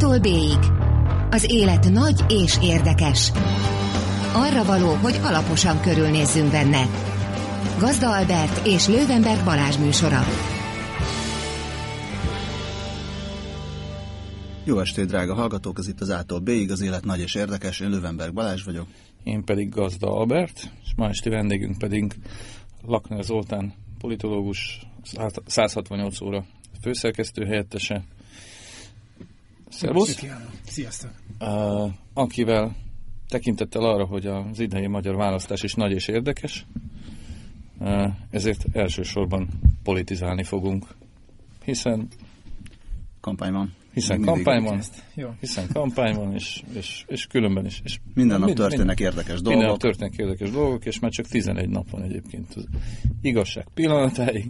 A-tól B-ig. Az élet nagy és érdekes. Arra való, hogy alaposan körülnézzünk benne. Gazda Albert és Löwenberg Balázs műsora. Jó estét, drága hallgatók! Ez itt az A-tól B-ig, az élet nagy és érdekes. Én Löwenberg Balázs vagyok. Én pedig Gazda Albert, és ma esti vendégünk pedig Lakner Zoltán, politológus, 168 óra főszerkesztő helyettese. Szervusz! Sziasztok! Akivel tekintettel arra, hogy az idei magyar választás is nagy és érdekes, ezért elsősorban politizálni fogunk, hiszen kampány van. Hiszen kampány van, és különben is. És minden nap történnek érdekes dolgok. Minden nap történnek érdekes dolgok, és már csak 11 nap van egyébként az igazság pillanatáig.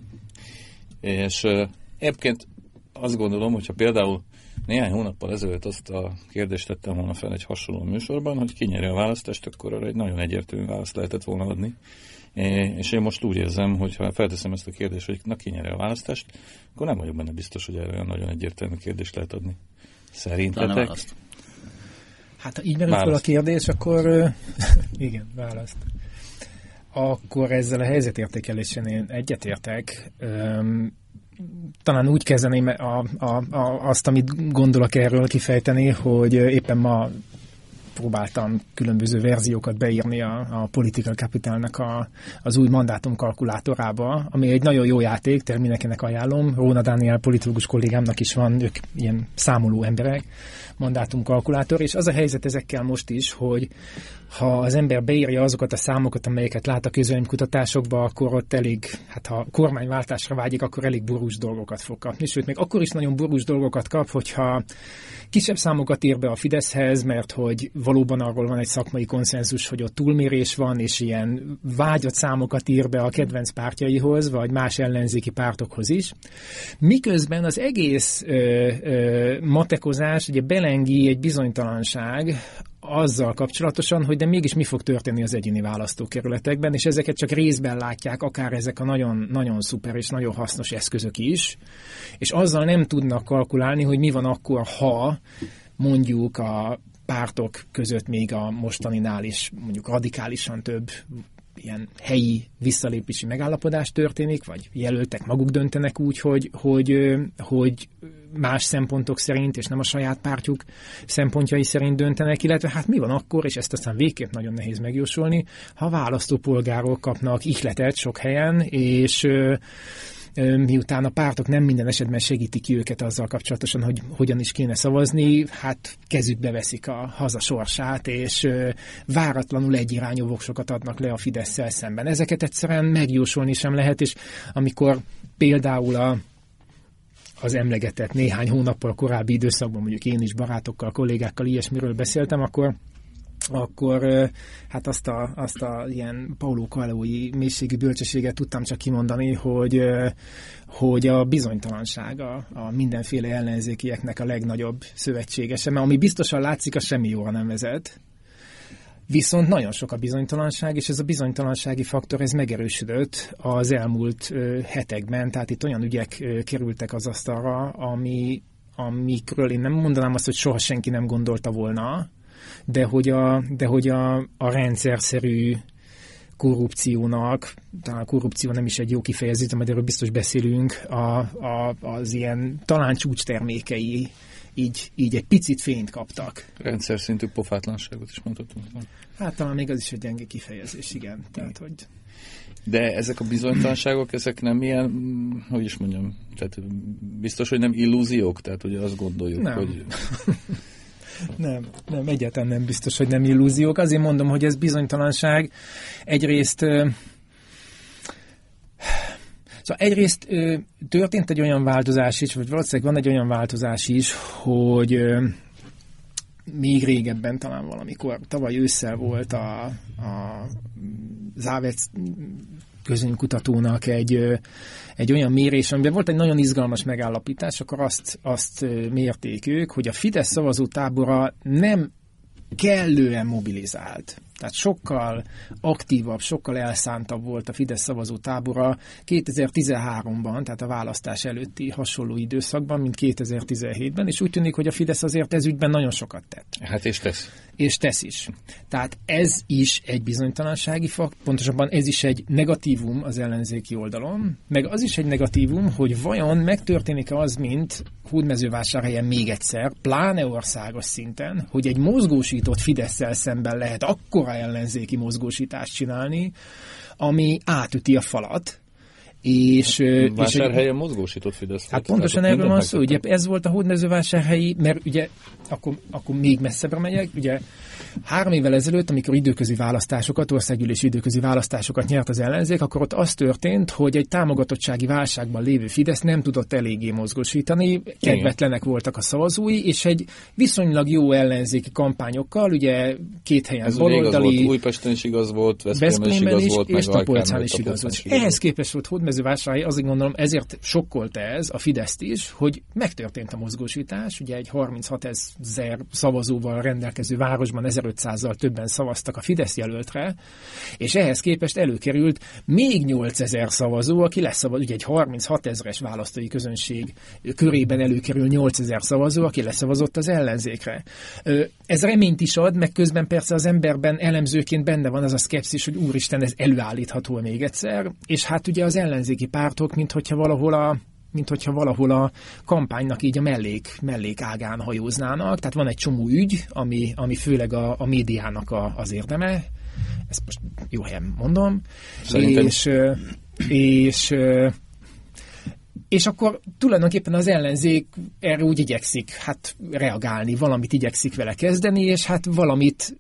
És egyébként azt gondolom, hogyha például néhány hónappal ezelőtt azt a kérdést tettem volna fel egy hasonló műsorban, hogy ki nyeri a választást, akkor arra egy nagyon egyértelmű választ lehetett volna adni. És én most úgy érzem, hogy ha felteszem ezt a kérdést, hogy ki nyeri a választást, akkor nem vagyok benne biztos, hogy erre olyan nagyon egyértelmű kérdést lehet adni. Szerintetek? Hát ha így merül fel a kérdés, akkor igen, választ. Akkor ezzel a helyzetértékelésen én egyetértek. Talán úgy kezdeném azt, amit gondolok erről kifejteni, hogy éppen ma próbáltam különböző verziókat beírni a Political Capitalnek az új mandátum kalkulátorába, ami egy nagyon jó játék, tehát mindenkinek ajánlom. Róna Dániel politológus kollégámnak is van, ők ilyen számoló emberek, mandátum kalkulátor, és az a helyzet ezekkel most is, hogy ha az ember beírja azokat a számokat, amelyeket lát a közvéleménykutatásokba, akkor ott elég, hát ha kormányváltásra vágyik, akkor elég borús dolgokat fog kapni. Sőt, még akkor is nagyon borús dolgokat kap, hogyha kisebb számokat ír be a Fideszhez, mert hogy valóban arról van egy szakmai konszenzus, hogy ott túlmérés van, és ilyen vágyott számokat ír be a kedvenc pártjaihoz, vagy más ellenzéki pártokhoz is. Miközben az egész matekozás ugye belengi egy bizonytalanság azzal kapcsolatosan, hogy de mégis mi fog történni az egyéni választókerületekben, és ezeket csak részben látják, akár ezek a nagyon, nagyon szuper és nagyon hasznos eszközök is, és azzal nem tudnak kalkulálni, hogy mi van akkor, ha mondjuk a pártok között még a mostaninál is mondjuk radikálisan több ilyen helyi visszalépési megállapodás történik, vagy jelöltek maguk döntenek úgy, hogy más szempontok szerint, és nem a saját pártjuk szempontjai szerint döntenek, illetve hát mi van akkor, és ezt aztán végképp nagyon nehéz megjósolni, ha választópolgárok kapnak ihletet sok helyen, és miután a pártok nem minden esetben segítik ki őket azzal kapcsolatosan, hogy hogyan is kéne szavazni, hát kezükbe veszik a haza sorsát, és váratlanul egyirányú voksokat adnak le a Fidesszel szemben. Ezeket egyszerűen megjósolni sem lehet, és amikor például az emlegetett néhány hónappal korábbi időszakban, mondjuk én is barátokkal, kollégákkal ilyesmiről beszéltem, akkor hát azt a ilyen Paulo Coelho-i mélységi bölcsességet tudtam csak kimondani, hogy a bizonytalanság a mindenféle ellenzékieknek a legnagyobb szövetségese, mert ami biztosan látszik, az semmi jóra nem vezet. Viszont nagyon sok a bizonytalanság, és ez a bizonytalansági faktor, ez megerősödött az elmúlt hetekben, tehát itt olyan ügyek kerültek az asztalra, amikről én nem mondanám azt, hogy soha senki nem gondolta volna, de hogy a rendszerszerű korrupciónak, talán a korrupció nem is egy jó kifejezés, majd erről biztos beszélünk, az ilyen talán csúcstermékei így egy picit fényt kaptak. Rendszer szintű pofátlanságot is mondhatunk. Hát talán még az is egy gyenge kifejezés, igen. Tehát, hogy... De ezek a bizonytalanságok, ezek nem ilyen, hogy is mondjam, tehát biztos, hogy nem illúziók, tehát ugye azt gondoljuk, nem. Hogy... Nem, egyáltalán nem biztos, hogy nem illúziók. Azért mondom, hogy ez bizonytalanság. Egyrészt történt egy olyan változás is, vagy valószínűleg van egy olyan változás is, hogy még régebben, talán valamikor, tavaly ősszel volt a Závec közönkutatónak egy olyan mérés, amiben volt egy nagyon izgalmas megállapítás, akkor azt mérték ők, hogy a Fidesz szavazótábora nem kellően mobilizált. Tehát sokkal aktívabb, sokkal elszántabb volt a Fidesz szavazó tábora 2013-ban, tehát a választás előtti hasonló időszakban, mint 2017-ben, és úgy tűnik, hogy a Fidesz azért ez ügyben nagyon sokat tett. Hát és tesz. És tesz is. Tehát ez is egy bizonytalansági fakt, pontosabban ez is egy negatívum az ellenzéki oldalon, meg az is egy negatívum, hogy vajon megtörténik-e az, mint Hódmezővásárhelyen még egyszer, pláne országos szinten, hogy egy mozgósított Fidesszel szemben lehet akkora ellenzéki mozgósítást csinálni, ami átüti a falat. Vásárhelyen mozgósított Fidesz. Hát pontosan erről van szó, ugye ez volt a Hódmezővásárhelyi, mert ugye akkor még messzebbre megyek, ugye 3 évvel ezelőtt, amikor időközi választásokat, országgyűlési időközi választásokat nyert az ellenzék, akkor ott az történt, hogy egy támogatottsági válságban lévő Fidesz nem tudott eléggé mozgósítani, kedvetlenek voltak a szavazói, és egy viszonylag jó ellenzéki kampányokkal, ugye 2 helyen baloldali... Újpesten is igaz volt, Veszprémben is igaz volt, és Tapolcán is igaz volt. Ehhez képest volt Hódmezővásárhely, azért gondolom, ezért sokkolta ez a Fideszt is, hogy megtörtént a mozgósítás, ugye egy 36 000 szavazóval rendelkező városban 1500-zal többen szavaztak a Fidesz jelöltre, és ehhez képest előkerült még 8000 szavazó, aki leszavaz, ugye egy 36 000-es választói közönség körében előkerül 8000 szavazó, aki leszavazott az ellenzékre. Ez reményt is ad, meg közben persze az emberben elemzőként benne van az a szkepszis, hogy úristen, ez előállítható még egyszer, és hát ugye az ellenzéki pártok, minthogyha valahol a kampánynak így a mellék ágán hajóznának. Tehát van egy csomó ügy, ami főleg a médiának az érdeme. Ezt most jó helyen mondom. És akkor tulajdonképpen az ellenzék erre úgy igyekszik reagálni, valamit igyekszik vele kezdeni, és hát valamit...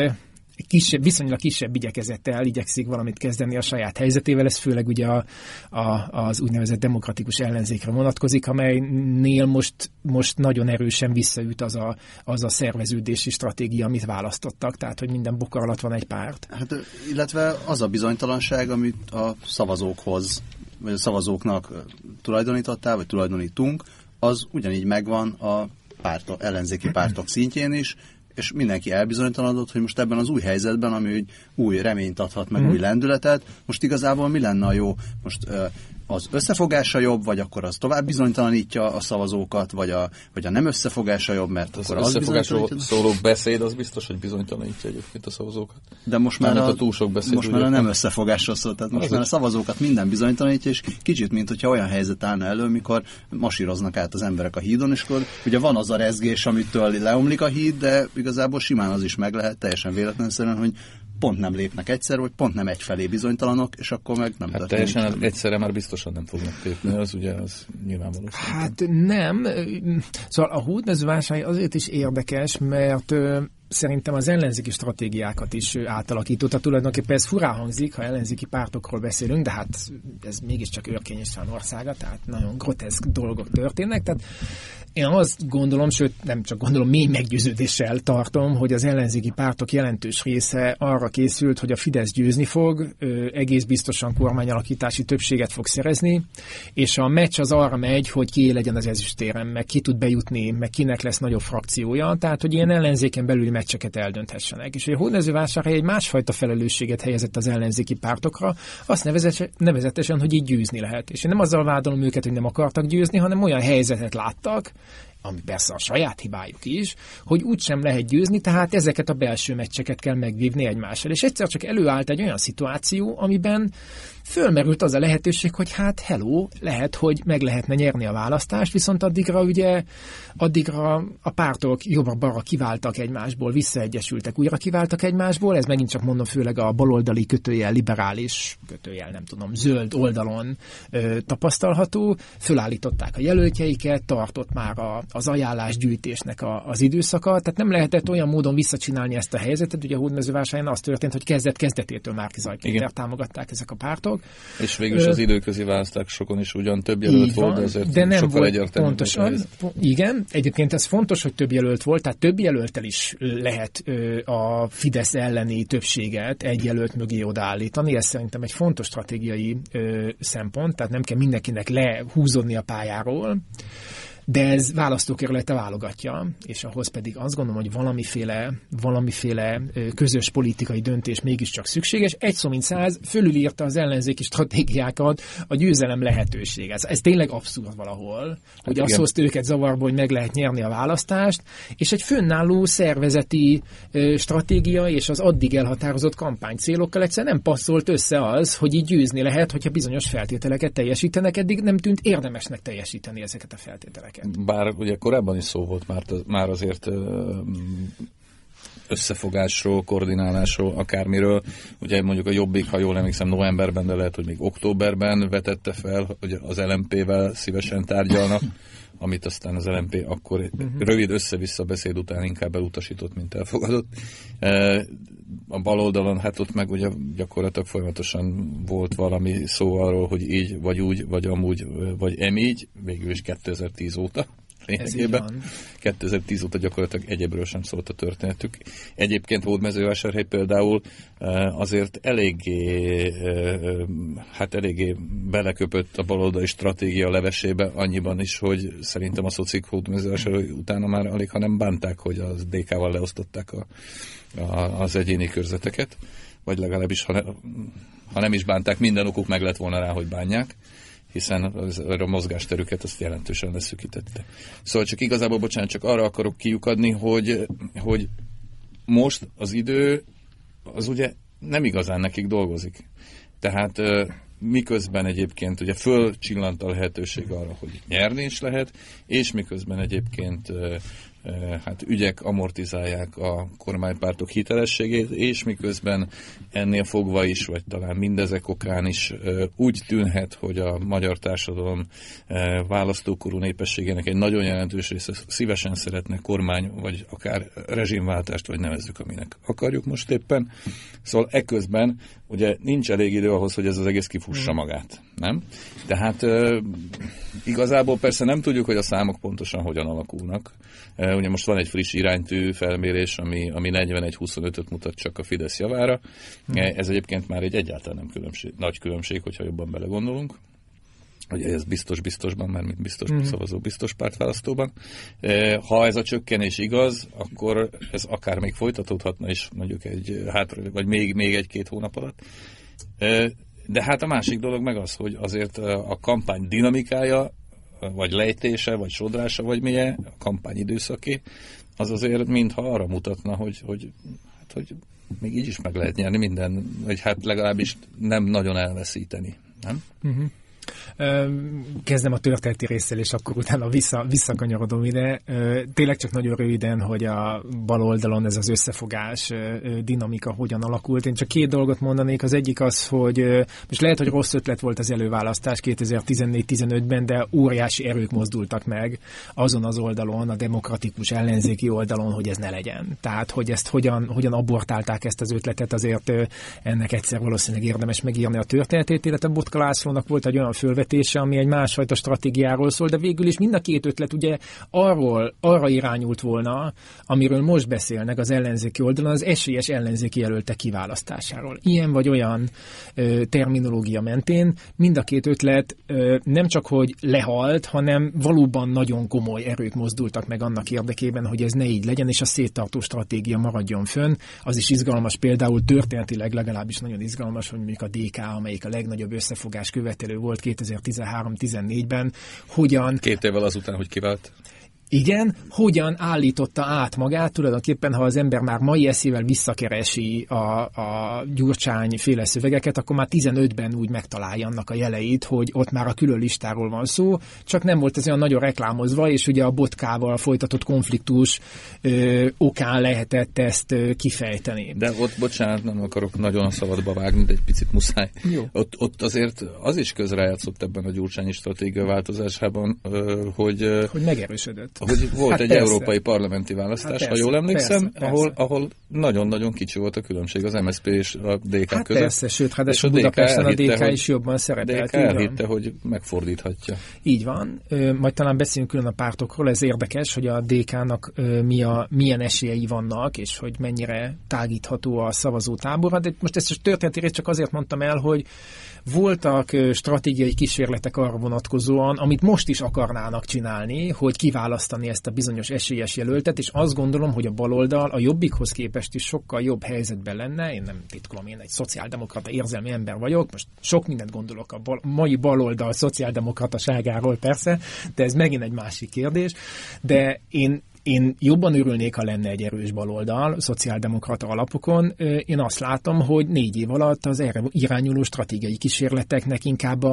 viszonylag kisebb igyekezettel igyekszik valamit kezdeni a saját helyzetével, ez főleg ugye az úgynevezett demokratikus ellenzékre vonatkozik, amelynél most nagyon erősen visszaüt az a szerveződési stratégia, amit választottak, tehát hogy minden bokor alatt van egy párt. Hát, illetve az a bizonytalanság, amit a szavazókhoz, vagy a szavazóknak tulajdonítottál, vagy tulajdonítunk, az ugyanígy megvan a ellenzéki pártok szintjén is, és mindenki elbizonytalanodott, hogy most ebben az új helyzetben, ami új reményt adhat, meg új lendületet, most igazából mi lenne a jó? Most az összefogása jobb, vagy akkor az tovább bizonytalanítja a szavazókat, vagy a nem összefogása jobb, mert az akkor az összefogásról szóló beszéd, az biztos, hogy bizonytalanítja egyébként a szavazókat. De most már a nem összefogásról szól, tehát most már a szavazókat minden bizonytalanítja, és kicsit, mint hogyha olyan helyzet állna elő, mikor masíroznak át az emberek a hídon, és akkor ugye van az a rezgés, amitől leomlik a híd, de igazából simán az is meg lehet, teljesen véletlenszerűen, hogy pont nem lépnek egyszer, vagy pont nem egyfelé bizonytalanok, és akkor meg nem történik. Teljesen egyszerre már biztosan nem fognak lépni, az ugye az nyilvánvaló. Hát nem. Szóval a Hódmezővásárhely azért is érdekes, mert szerintem az ellenzéki stratégiákat is átalakította. Tulajdonképpen ez furán hangzik, ha ellenzéki pártokról beszélünk, de hát ez mégiscsak Örkény István országa, tehát nagyon groteszk dolgok történnek. Tehát én azt gondolom, sőt nem csak gondolom, mély meggyőződéssel tartom, hogy az ellenzéki pártok jelentős része arra készült, hogy a Fidesz győzni fog, egész biztosan kormányalakítási többséget fog szerezni, és a meccs az arra megy, hogy ki legyen az ezüstérem, meg ki tud bejutni, meg kinek lesz nagyobb frakciója, tehát hogy ilyen ellenzéken belüli meccseket eldönthessenek. És hogy a Hódmezővásárhely egy másfajta felelősséget helyezett az ellenzéki pártokra, azt nevezetesen, hogy így győzni lehet. És én nem azzal vádolom őket, hogy nem akartak győzni, hanem olyan helyzetet láttak, ami persze a saját hibájuk is, hogy úgysem lehet győzni, tehát ezeket a belső meccseket kell megvívni egymással. És egyszer csak előállt egy olyan szituáció, amiben fölmerült az a lehetőség, hogy hát hello, lehet, hogy meg lehetne nyerni a választást, viszont addigra a pártok jobbra-balra kiváltak egymásból, visszaegyesültek, újra kiváltak egymásból, ez megint csak mondom főleg a baloldali liberális nem tudom, zöld oldalon tapasztalható, fölállították a jelöltjeiket, tartott már az ajánlásgyűjtésnek az időszaka, tehát nem lehetett olyan módon visszacsinálni ezt a helyzetet, ugye a Hódmezővásárhelyen az történt, hogy kezdetétől Márki Zay Péter támogatták ezek a pártok. És végül is az időközi választásokon is ugyan több jelölt volt, de azért sokkal egyértelműbb. Igen, egyébként ez fontos, hogy több jelölt volt, tehát több jelölttel is lehet a Fidesz elleni többséget egy jelölt mögé odaállítani, ez szerintem egy fontos stratégiai szempont, tehát nem kell mindenkinek lehúzódni a pályáról. de ez választókerülete válogatja, és ahhoz pedig azt gondolom, hogy valamiféle közös politikai döntés mégiscsak szükséges. Egy szó mint 100 fölülírta az ellenzéki stratégiákat a győzelem lehetőség. Ez tényleg abszurd valahol, hogy azt hozta őket zavarba, hogy meg lehet nyerni a választást, és egy fönnálló szervezeti stratégia és az addig elhatározott kampánycélokkal egyszerűen nem passzolt össze az, hogy így győzni lehet, hogyha bizonyos feltételeket teljesítenek. Eddig nem tűnt érdemesnek teljesíteni ezeket a feltételeket. Bár ugye korábban is szó volt már azért összefogásról, koordinálásról, akármiről. Ugye mondjuk a Jobbik, ha jól emlékszem, novemberben, de lehet, hogy még októberben vetette fel, hogy az LMP-vel szívesen tárgyalnak, amit aztán az LMP akkor rövid össze-vissza beszéd után inkább elutasított, mint elfogadott. A bal oldalon, hát ott meg ugye gyakorlatilag folyamatosan volt valami szó arról, hogy így, vagy úgy, vagy amúgy, vagy emígy, végül is 2010 óta. Lényegében. 2010 óta gyakorlatilag egyébről sem szólt a történetük. Egyébként Hódmezővásárhely például azért eléggé beleköpött a baloldali stratégia levesébe annyiban is, hogy szerintem a szocik Hódmezővásárhely utána már alig, ha nem bánták, hogy a DK-val leosztották az egyéni körzeteket, vagy legalábbis, ha nem is bánták, minden okuk meg lett volna rá, hogy bánják, hiszen a mozgásterüket azt jelentősen leszűkítette. Szóval csak igazából, bocsánat, csak arra akarok kiukadni, hogy most az idő az ugye nem igazán nekik dolgozik. Tehát miközben egyébként ugye fölcsillant a lehetőség arra, hogy nyerni is lehet, és miközben egyébként ügyek amortizálják a kormánypártok hitelességét, és miközben ennél fogva is, vagy talán mindezek okán is úgy tűnhet, hogy a magyar társadalom választókorú népességének egy nagyon jelentős része szívesen szeretne kormány, vagy akár rezsimváltást, vagy nevezzük, aminek akarjuk most éppen. Szóval eközben ugye nincs elég idő ahhoz, hogy ez az egész kifussa magát, nem? Tehát igazából persze nem tudjuk, hogy a számok pontosan hogyan alakulnak. Ugye most van egy friss iránytű felmérés, ami 41-25-öt mutat csak a Fidesz javára. Ez egyébként már egy egyáltalán nem nagy különbség, hogyha jobban belegondolunk. Ugye ez biztosban, már mint biztos szavazó, biztos pártválasztóban. Ha ez a csökkenés igaz, akkor ez akár még folytatódhatna is mondjuk vagy még egy-két hónap alatt. De hát a másik dolog meg az, hogy azért a kampány dinamikája, vagy lejtése, vagy sodrása, vagy milyen a kampány időszaké, az azért mintha arra mutatna, hogy még így is meg lehet nyerni minden, vagy hát legalábbis nem nagyon elveszíteni, nem? Uh-huh. Kezdem a történeti résszel, és akkor utána visszakanyarodom ide. Tényleg csak nagyon röviden, hogy a bal oldalon ez az összefogás dinamika hogyan alakult. Én csak két dolgot mondanék. Az egyik az, hogy most lehet, hogy rossz ötlet volt az előválasztás 2014-15-ben, de óriási erők mozdultak meg azon az oldalon, a demokratikus ellenzéki oldalon, hogy ez ne legyen. Tehát, hogy ezt hogyan abortálták ezt az ötletet, azért ennek egyszer valószínűleg érdemes megírni a történetét, illetve Botka Lászlónak volt egy olyan fölvetése, ami egy másfajta stratégiáról szól, de végül is mind a két ötlet ugye arra irányult volna, amiről most beszélnek az ellenzéki oldalon, az esélyes ellenzéki jelöltek kiválasztásáról. Ilyen vagy olyan terminológia mentén mind a két ötlet nem csak, hogy lehalt, hanem valóban nagyon komoly erők mozdultak meg annak érdekében, hogy ez ne így legyen, és a széttartó stratégia maradjon fönn. Az is izgalmas, például történetileg legalábbis nagyon izgalmas, hogy mondjuk a DK, amelyik a legnagyobb összefogás követelő volt 2013-14-ben, hogyan... 2 évvel azután, hogy kivált. Igen, hogyan állította át magát, tulajdonképpen, ha az ember már mai eszével visszakeresi a Gyurcsány féle szövegeket, akkor már 15-ben úgy megtalálja annak a jeleit, hogy ott már a külön listáról van szó, csak nem volt ez olyan nagyon reklámozva, és ugye a Botkával folytatott konfliktus okán lehetett ezt kifejteni. De ott, bocsánat, nem akarok nagyon a szabadba vágni, de egy picit muszáj. Ott azért az is közrejátszott ebben a gyurcsányi stratégia változásában, hogy megerősödött. hogy volt egy európai parlamenti választás, ha jól emlékszem, ahol nagyon-nagyon kicsi volt a különbség az MSZP és a DK között. Persze, sőt, ráadásul Budapesten a DK is jobban szerepelt. DK elhitte, hogy megfordíthatja. Így van. Majd talán beszélünk külön a pártokról, ez érdekes, hogy a DK-nak milyen esélyei vannak, és hogy mennyire tágítható a szavazótábora, de most ezt a történeti részt csak azért mondtam el, hogy voltak stratégiai kísérletek arra vonatkozóan, amit most is akarnának csinálni, hogy kiválasztani ezt a bizonyos esélyes jelöltet, és azt gondolom, hogy a baloldal a Jobbikhoz képest is sokkal jobb helyzetben lenne. Én nem titkolom, én egy szociáldemokrata érzelmi ember vagyok, most sok mindent gondolok a mai baloldal szociáldemokrataságáról persze, de ez megint egy másik kérdés, de én jobban örülnék, ha lenne egy erős baloldal, szociáldemokrata alapokon. Én azt látom, hogy 4 év alatt az erre irányuló stratégiai kísérleteknek inkább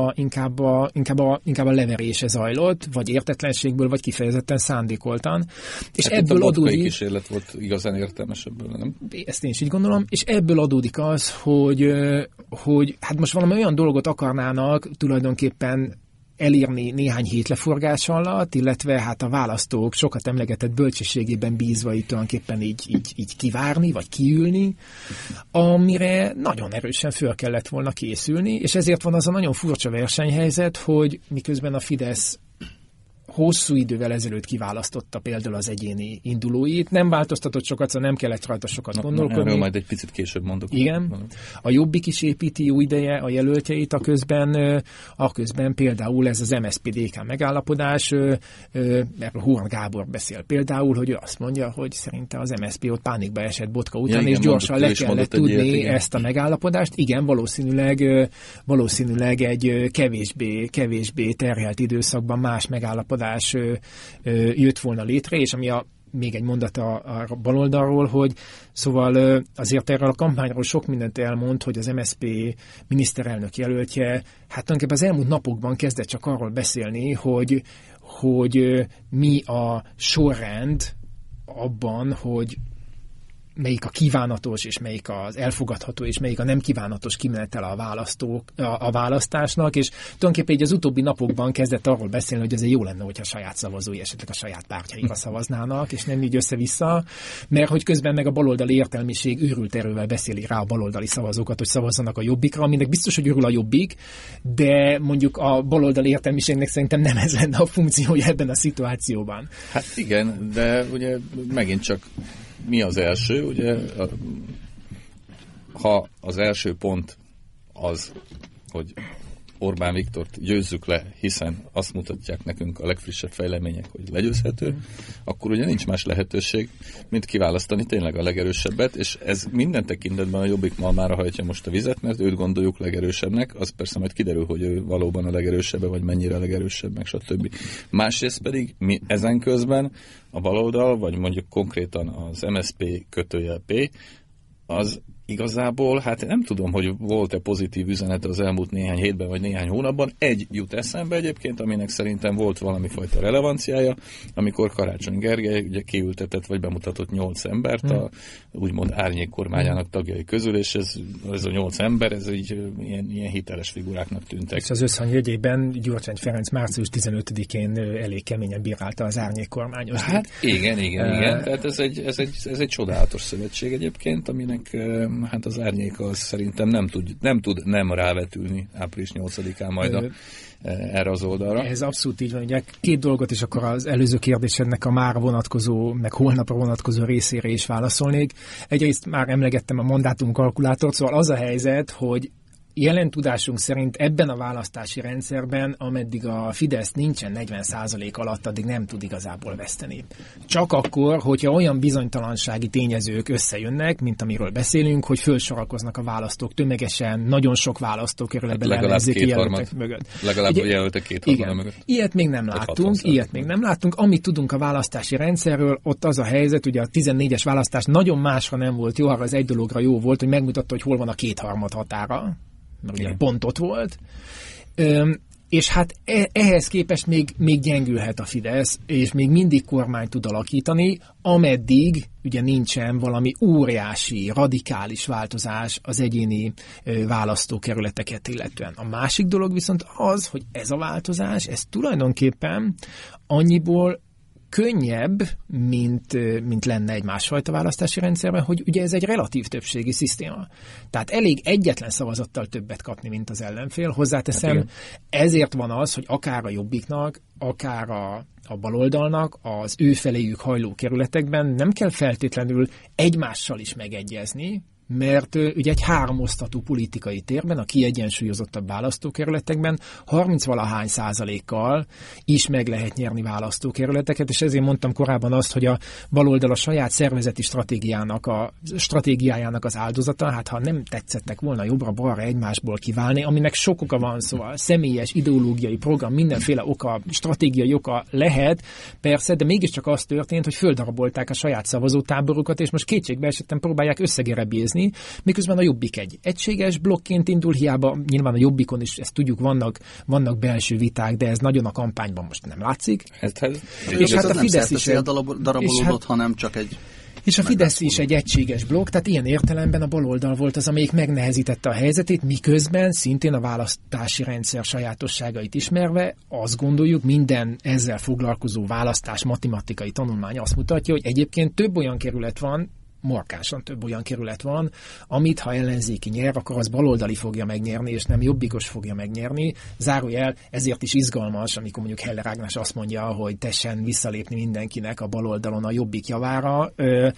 a leverése zajlott, vagy értetlenségből, vagy kifejezetten szándékoltan. És hát ebből adódik... kísérlet volt igazán értelmes ebből, nem? Ezt én is így gondolom, és ebből adódik az, hogy hát most valami olyan dolgot akarnának tulajdonképpen elírni néhány hét leforgás alatt, illetve hát a választók sokat emlegetett bölcsességében bízva itt tulajdonképpen így kivárni, vagy kiülni, amire nagyon erősen föl kellett volna készülni, és ezért van az a nagyon furcsa versenyhelyzet, hogy miközben a Fidesz hosszú idővel ezelőtt kiválasztotta például az egyéni indulóit. Nem változtatott sokat, szóval nem kellett rajta sokat gondolkodni. Erről majd egy picit később mondok. Igen. A Jobbik is építi jó ideje a jelöltjeit, aközben például ez az MSZP-DK megállapodás, erről Horn Gábor beszél például, hogy ő azt mondja, hogy szerinte az MSZP ott pánikba esett Botka után, és gyorsan le kellett tudni ezt a megállapodást. Igen, valószínűleg egy kevésbé terhelt időszakban más megállapodás jött volna létre, és ami még egy mondat a baloldalról, hogy szóval azért erről a kampányról sok mindent elmond, hogy az MSZP miniszterelnök jelöltje, hát tulajdonképpen az elmúlt napokban kezdett csak arról beszélni, hogy mi a sorrend abban, hogy melyik a kívánatos, és melyik az elfogadható, és melyik a nem kívánatos kimenetele a választásnak, és tulajdonképpen így az utóbbi napokban kezdett arról beszélni, hogy azért jó lenne, hogyha a saját szavazói esetleg a saját pártjaira szavaznának, és nem így össze-vissza, mert hogy közben meg a baloldali értelmiség őrült erővel beszéli rá a baloldali szavazókat, hogy szavazzanak a Jobbikra, aminek biztos, hogy örül a Jobbik, de mondjuk a baloldali értelmiségnek szerintem nem ez lenne a funkciója ebben a szituációban. Hát igen, de ugye megint csak mi az első, ugye, ha az első pont az, hogy Orbán Viktort győzzük le, hiszen azt mutatják nekünk a legfrissebb fejlemények, hogy legyőzhető, akkor ugye nincs más lehetőség, mint kiválasztani tényleg a legerősebbet, és ez minden tekintetben a Jobbik malmára hajtja most a vizet, mert őt gondoljuk legerősebbnek, az persze majd kiderül, hogy ő valóban a legerősebb, vagy mennyire a legerősebb, meg stb. Másrészt pedig mi ezen közben a baloldal, vagy mondjuk konkrétan az MSZP /P, az igazából, hát nem tudom, hogy volt-e pozitív üzenet az elmúlt néhány hétben, vagy néhány hónapban. Egy jut eszembe egyébként, aminek szerintem volt valami fajta relevanciája, amikor Karácsony Gergely ugye kiültetett, vagy bemutatott 8 embert a úgymond árnyék kormányának tagjai közül, és ez a 8 ember, ez így ilyen hiteles figuráknak tűntek. És az összhang jegyében Gyurcsány Ferenc március 15-én elég keményen bírálta az árnyék kormányos. Hát igen. Tehát ez egy csodálatos szövetség egyébként, aminek hát az árnyék az szerintem nem tud rávetülni április 8-án majd erre az oldalra. Ez abszolút így van. Ugye 2 dolgot is akkor az előző kérdésednek a mára vonatkozó, meg holnapra vonatkozó részére is válaszolnék. Egyrészt már emlegettem a mandátumkalkulátort, szóval az a helyzet, hogy jelen tudásunk szerint ebben a választási rendszerben, ameddig a Fidesz nincsen 40% alatt, addig nem tud igazából veszteni. Csak akkor, hogyha olyan bizonytalansági tényezők összejönnek, mint amiről beszélünk, hogy fölsorakoznak a választók tömegesen, nagyon sok választókerületben ellenzéki jelöltek mögött. Legalább a jelöltek 2/3 mögött. Ilyet még nem láttunk. Amit tudunk a választási rendszerről, ott az a helyzet, ugye a 14-es választás nagyon másra nem volt jó, arra az egy dologra jó volt, hogy megmutatta, hogy hol van a 2/3 határa, mert ugye pont ott volt, és hát ehhez képest még gyengülhet a Fidesz, és még mindig kormányt tud alakítani, ameddig ugye nincsen valami óriási, radikális változás az egyéni választókerületeket illetően. A másik dolog viszont az, hogy ez a változás, ez tulajdonképpen annyiból könnyebb, mint lenne egy másfajta választási rendszerben, hogy ugye ez egy relatív többségi szisztéma. Tehát elég egyetlen szavazattal többet kapni, mint az ellenfél. Hozzáteszem, hát ezért van az, hogy akár a Jobbiknak, akár a baloldalnak az ő feléjük hajló kerületekben nem kell feltétlenül egymással is megegyezni, mert ugye egy háromosztatú politikai térben, a kiegyensúlyozottabb választókerületekben 30-valahány %-kal is meg lehet nyerni választókerületeket, és ezért mondtam korábban azt, hogy a baloldal a saját szervezeti stratégiájának az áldozata, hát ha nem tetszettek volna jobbra-balra egymásból kiválni, aminek sok oka van, szóval személyes, ideológiai program, mindenféle oka, stratégiai oka lehet, persze, de mégiscsak az történt, hogy földarabolták a saját szavazótáborukat, és most kétségbe esetten próbálják összegerebjézni, miközben a Jobbik egy egységes blokként indul, hiába nyilván a Jobbikon is, ezt tudjuk, vannak belső viták, de ez nagyon a kampányban most nem látszik. És hát a Fidesz is darabolódott, hanem csak egy... És a Fidesz is egy egységes blokk, tehát ilyen értelemben a baloldal volt az, amelyik megnehezítette a helyzetét, miközben szintén a választási rendszer sajátosságait ismerve azt gondoljuk, minden ezzel foglalkozó választás matematikai tanulmány azt mutatja, hogy egyébként több olyan kerület van, markánsan több olyan kerület van, amit ha ellenzéki nyer, akkor az baloldali fogja megnyerni, és nem jobbikos fogja megnyerni. Zárójel, ezért is izgalmas, amikor mondjuk Heller Ágnes azt mondja, hogy tessen visszalépni mindenkinek a baloldalon a Jobbik javára.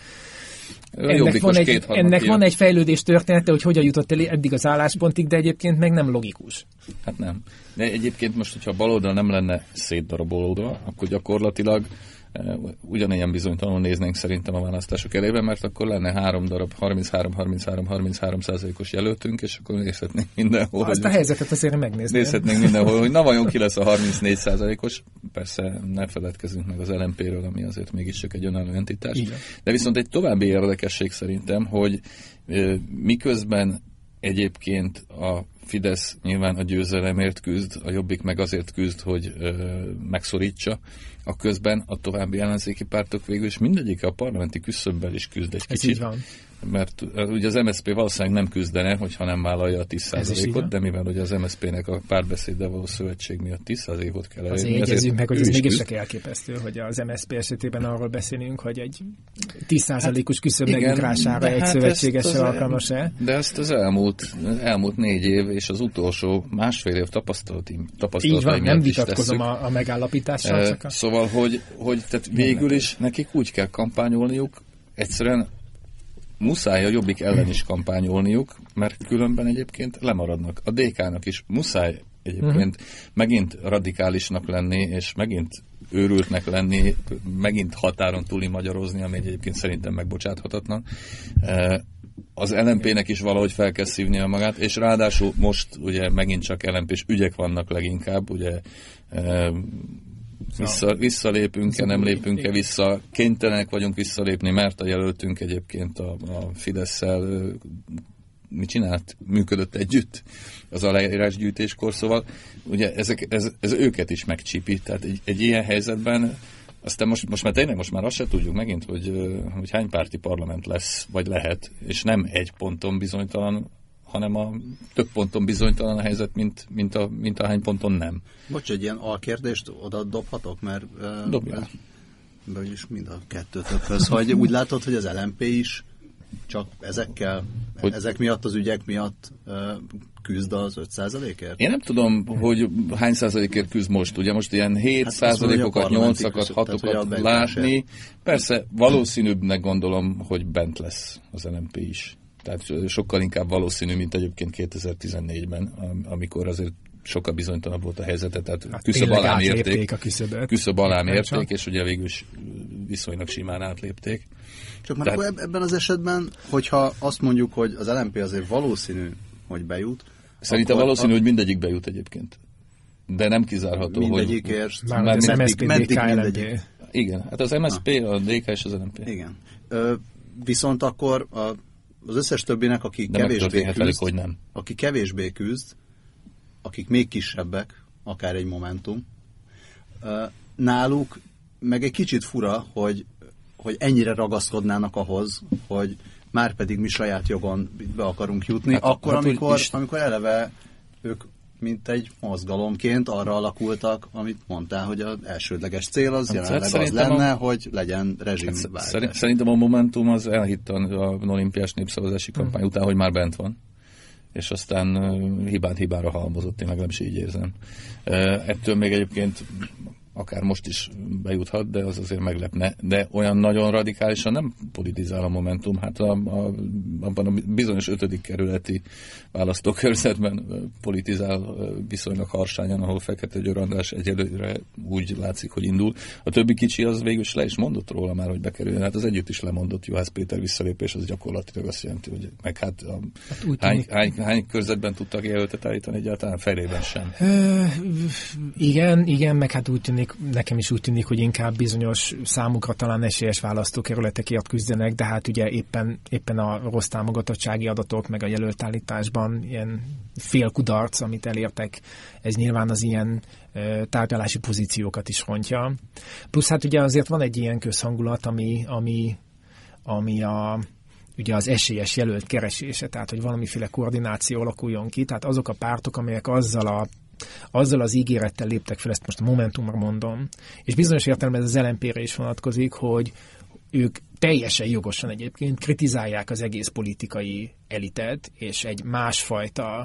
Ennek van egy fejlődés története, hogy hogyan jutott el eddig az álláspontig, de egyébként meg nem logikus. Hát nem. De egyébként most, hogyha a baloldal nem lenne szétdarabolódva, akkor gyakorlatilag ugyanilyen bizonytalanul néznénk szerintem a választások elében, mert akkor lenne 3 darab 33%-os jelöltünk, és akkor nézhetnénk mindenhol. Azt a helyzetet azért megnézném. Nézhetnénk mindenhol, hogy na vajon ki lesz a 34%-os. Persze ne feledkezzünk meg az LMP-ről, ami azért mégis csak egy önálló entitás. Igen. De viszont egy további érdekesség szerintem, hogy miközben egyébként a Fidesz nyilván a győzelemért küzd, a Jobbik meg azért küzd, hogy megszorítsa, a közben a további ellenzéki pártok végül is mindegyik a parlamenti küszöbbel is küzd egy kicsit. Ez így van. Mert ugye az MSZP valószínűleg nem küzdene, hogyha nem vállalja a 10%-ot, de mivel ugye az MSZP-nek a párbeszéddel való szövetség miatt 10%-ot kell elérni. Azért jegyezzünk meg, hogy ez mégis csak elképesztő, hogy az MSZP esetében arról beszélünk, hogy egy 10%-os küszöb megugrására egy szövetségessel alkalmas-e. De ezt az elmúlt 4 év és az utolsó másfél év tapasztalatai így van, nem vitatkozom a megállapítással. Csak Szóval, hogy tehát végül is nekik úgy kell kampányolniuk, egyszerűen muszáj a Jobbik ellen is kampányolniuk, mert különben egyébként lemaradnak. A DK-nak is muszáj egyébként megint radikálisnak lenni, és megint őrültnek lenni, megint határon túli magyarozni, ami egyébként szerintem megbocsáthatatlan. Az LMP-nek is valahogy fel kell szívnia magát, és ráadásul most ugye megint csak LMP-s ügyek vannak leginkább, ugye visszalépünk-e, nem lépünk-e vissza, kénytelenek vagyunk visszalépni, mert a jelöltünk egyébként a Fidesz-szel mit csinált? Működött együtt az aláírásgyűjtéskor, szóval ugye ez őket is megcsípít, tehát egy ilyen helyzetben aztán most már tényleg azt se tudjuk megint, hogy hány párti parlament lesz, vagy lehet, és nem egy ponton bizonytalan, hanem a több ponton bizonytalan a helyzet, mint a hány ponton nem. Bocs, egy ilyen alkérdést oda dobhatok, mert is mind a kettőtökhöz, hogy úgy látod, hogy az LMP is csak ezek miatt, az ügyek miatt küzd az 5%-ért? Én nem tudom, hogy hány százalékért küzd most. Ugye most ilyen 7%-okat, 8-akat, 6-okat látni. Persze valószínűbbnek gondolom, hogy bent lesz az LMP is. Tehát sokkal inkább valószínű, mint egyébként 2014-ben, amikor azért sokkal bizonytalanabb volt a helyzete, tehát küszöb alá mérték, és ugye végül is viszonylag simán átlépték. Csak már akkor ebben az esetben, hogyha azt mondjuk, hogy az LMP azért valószínű, hogy bejut. Szerintem valószínű, hogy mindegyik bejut egyébként. De nem kizárható, mindegyikért, hogy... Az MSZP, DK, LMP. Igen, hát az MSZP, a DK és az LMP. Igen. Viszont akkor az összes többinek, aki kevésbé küzd, akik még kisebbek, akár egy Momentum, náluk meg egy kicsit fura, hogy ennyire ragaszkodnának ahhoz, hogy már pedig mi saját jogon be akarunk jutni, hát, amikor eleve ők mint egy mozgalomként arra alakultak, amit mondtál, hogy az elsődleges cél az jelenleg az lenne, hogy legyen rezsimváltás. Szerintem a Momentum az elhitte a olimpiás népszavazási kampány után, hogy már bent van. És aztán hibára halmozott, én legalábbis így érzem. Ettől még egyébként akár most is bejuthat, de az azért meglepne. De olyan nagyon radikálisan nem politizál a Momentum. Hát abban a bizonyos 5. kerületi választókörzetben politizál viszonylag harsányan, ahol Fekete Győr András egyelőre úgy látszik, hogy indul. A többi kicsi az végül is le is mondott róla már, hogy bekerüljön. Hát az együtt is lemondott. Juhász Péter visszalépés, az gyakorlatilag azt jelenti, hogy meg hány körzetben tudtak jelöltet állítani egyáltalán? Fejlében sem. Igen, meg hát úgy tűnik, nekem is úgy tűnik, hogy inkább bizonyos számukra talán esélyes választókerületekért küzdenek, de hát ugye éppen a rossz támogatottsági adatok, meg a jelöltállításban ilyen félkudarc, amit elértek, ez nyilván az ilyen tárgyalási pozíciókat is rontja. Plusz hát ugye azért van egy ilyen közhangulat, ami ugye az esélyes jelölt keresése, tehát hogy valamiféle koordináció alakuljon ki, tehát azok a pártok, amelyek azzal az ígérettel léptek fel, ezt most a Momentumra mondom, és bizonyos értelemben ez az LMP-re is vonatkozik, hogy ők teljesen jogosan egyébként kritizálják az egész politikai elitet, és egy másfajta,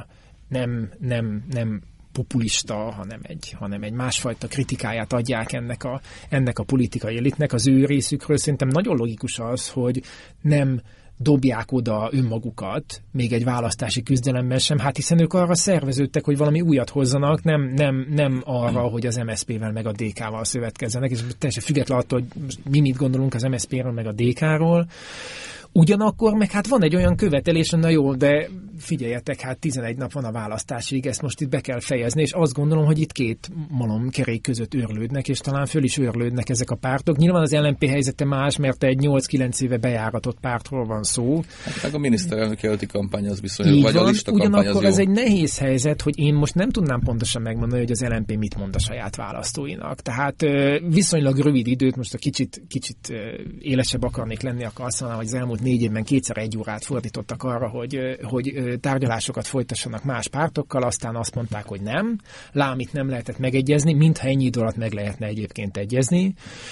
nem populista, hanem egy másfajta kritikáját adják ennek a politikai elitnek. Az ő részükről szerintem nagyon logikus az, hogy nem dobják oda önmagukat még egy választási küzdelemben sem, hát hiszen ők arra szerveződtek, hogy valami újat hozzanak, nem arra, hogy az MSZP-vel meg a DK-val szövetkezzenek, és teljesen független attól, hogy mi mit gondolunk az MSZP-ről meg a DK-ról. Ugyanakkor meg hát van egy olyan követelés, na jó, de figyeljetek, hát 11 nap van a választásig, ezt most itt be kell fejezni, és azt gondolom, hogy itt két malomkerék között őrlődnek, és talán föl is őrlődnek ezek a pártok. Nyilván az LMP helyzete más, mert egy 8-9 éve bejáratott pártról van szó. Hát meg a miniszterelnök jelölti kampány az viszonylag, vagy a lista kampány az jó. Ugyanakkor ez egy nehéz helyzet, hogy én most nem tudnám pontosan megmondani, hogy az LMP mit mond a saját választóinak. Tehát viszonylag rövid időt, most a kicsit élesebb akarnék lenni, akkor azt mondanám, hogy az elmúlt 4 évben 2x1 órát fordítottak arra, hogy tárgyalásokat folytassanak más pártokkal, aztán azt mondták, hogy nem. Lám itt nem lehetett megegyezni, mintha ennyi idő alatt meg lehetne egyébként egyezni.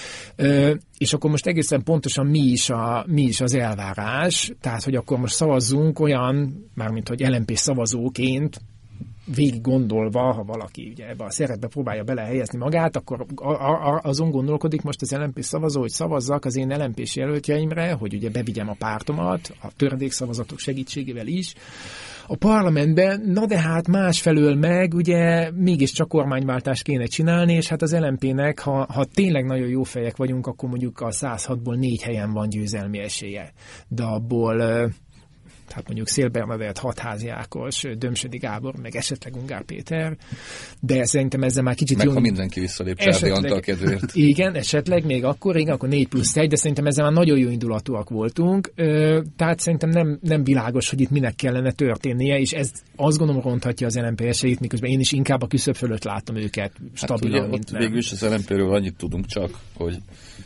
És akkor most egészen pontosan mi is az elvárás, tehát, hogy akkor most szavazzunk olyan, mármint, hogy LMP szavazóként, végig gondolva, ha valaki ugye ebbe a szerepbe próbálja belehelyezni magát, akkor azon gondolkodik most az LMP szavazó, hogy szavazzak az én LMP-s jelöltjeimre, hogy ugye bevigyem a pártomat, a töredékszavazatok segítségével is, a parlamentben, na de hát másfelől meg ugye mégiscsak kormányváltást kéne csinálni, és hát az LMP-nek, ha tényleg nagyon jó fejek vagyunk, akkor mondjuk a 106-ból 4 helyen van győzelmi esélye. De abból hát mondjuk Széll Bernadett, Hatházi Ákos, Dömsödi Gábor, meg esetleg Ungár Péter, de szerintem ezzel már kicsit meg ha mindenki visszalép Csárdai Antal kedvéért. Igen, esetleg még akkor 4+1, de szerintem ezzel már nagyon jó indulatúak voltunk, tehát szerintem nem világos, hogy itt minek kellene történnie, és ez azt gondolom ronthatja az LMP esélyét, miközben én is inkább a küszöb fölött látom őket stabilan. Hát ugye ott végül is az LMP-ről annyit tudunk csak, hogy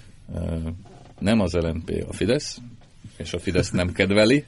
nem az LMP a Fidesz, és a Fidesz nem kedveli,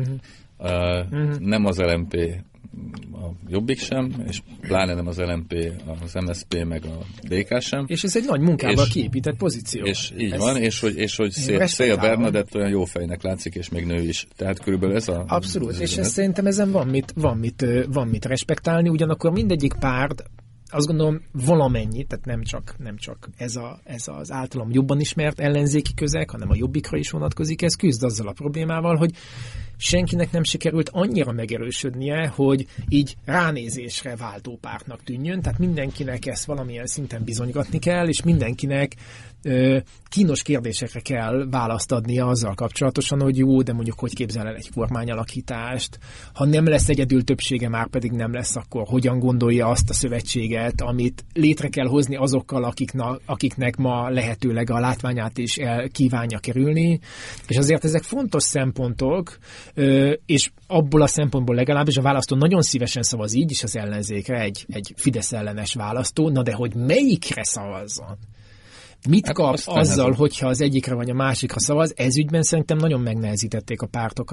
nem az LMP a Jobbik sem, és pláne nem az LMP, az MSZP meg a DK sem. És ez egy nagy munkával kiépített pozíció. És így van, és hogy Széll Bernadett olyan jó fejnek látszik, és még nő is. Tehát körülbelül ez a... Abszolút, és szerintem ezen van mit respektálni, ugyanakkor mindegyik párt, azt gondolom valamennyi, tehát nem csak ez az általam jobban ismert ellenzéki közeg, hanem a Jobbikra is vonatkozik, ez küzd azzal a problémával, hogy senkinek nem sikerült annyira megerősödnie, hogy így ránézésre váltó pártnak tűnjön, tehát mindenkinek ezt valamilyen szinten bizonygatni kell, és mindenkinek kínos kérdésekre kell választ adnia azzal kapcsolatosan, hogy jó, de mondjuk hogy képzel el egy kormányalakítást, ha nem lesz egyedül többsége, már pedig nem lesz, akkor hogyan gondolja azt a szövetséget, amit létre kell hozni azokkal, akiknek ma lehetőleg a látványát is el kívánja kerülni, és azért ezek fontos szempontok, és abból a szempontból legalábbis a választó nagyon szívesen szavaz így is az ellenzékre, egy Fidesz ellenes választó, na de hogy melyikre szavazzon? Mit kap azzal, hogyha az egyikre vagy a másikra szavaz? Ez ügyben szerintem nagyon megnehezítették a pártok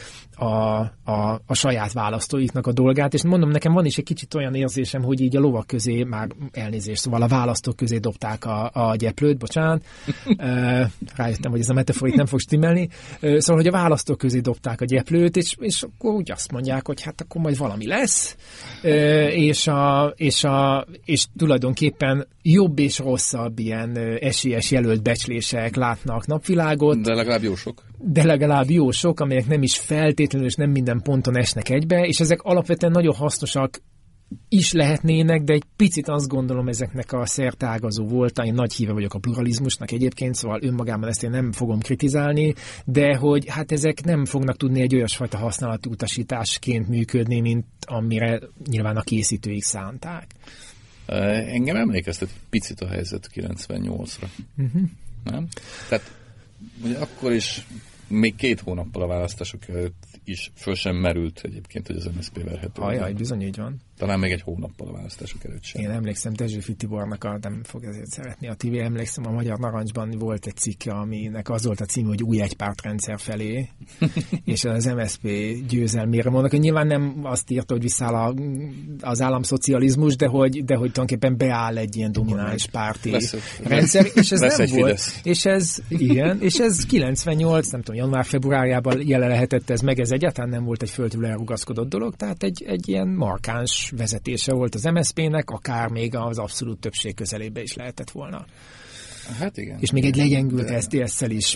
a saját választóiknak a dolgát, és mondom, nekem van is egy kicsit olyan érzésem, hogy így a lovak közé, már elnézést, szóval a választók közé dobták a gyeplőt, bocsánat. Rájöttem, hogy ez a metafora itt nem fog stimmelni. Szóval, hogy a választók közé dobták a gyeplőt, és akkor úgy azt mondják, hogy hát akkor majd valami lesz, és tulajdonképpen jobb és rosszabb ilyen esélyes jelölt becslések látnak napvilágot. De legalább jó sok, amelyek nem is feltétlenül, és nem minden ponton esnek egybe, és ezek alapvetően nagyon hasznosak is lehetnének, de egy picit azt gondolom, ezeknek a szerteágazó volta. Én nagy híve vagyok a pluralizmusnak egyébként, szóval önmagában ezt én nem fogom kritizálni, de hogy hát ezek nem fognak tudni egy olyasfajta használati utasításként működni, mint amire nyilván a készítőik szánták. Engem emlékeztet picit a helyzet 98-ra. Nem? Tehát ugye akkor is még 2 hónappal a választások előtt is föl sem merült egyébként, hogy az MSZP verhető. Ajaj, bizony így van. Talán még 1 hónappal a választások előtt sem. Én emlékszem Dezsőfi Tibornak, nem fog ezért szeretni a TV, emlékszem, a Magyar Narancsban volt egy cikke, aminek az volt a címe, hogy új egypártrendszer felé, és az MSZP győzelmére mondnak, hogy nyilván nem azt írta, hogy visszáll az államszocializmus, de hogy tulajdonképpen beáll egy ilyen domináns párti rendszer, és ez nem volt. És ez 98, nem tudom, január-februárjában jelen lehetett ez meg, ez egyáltalán nem volt egy földről elrugaszkodott dolog, tehát egy ilyen markáns vezetése volt az MSZP-nek, akár még az abszolút többség közelébe is lehetett volna. Hát igen. És még egy legyengült SZDSZ-szel is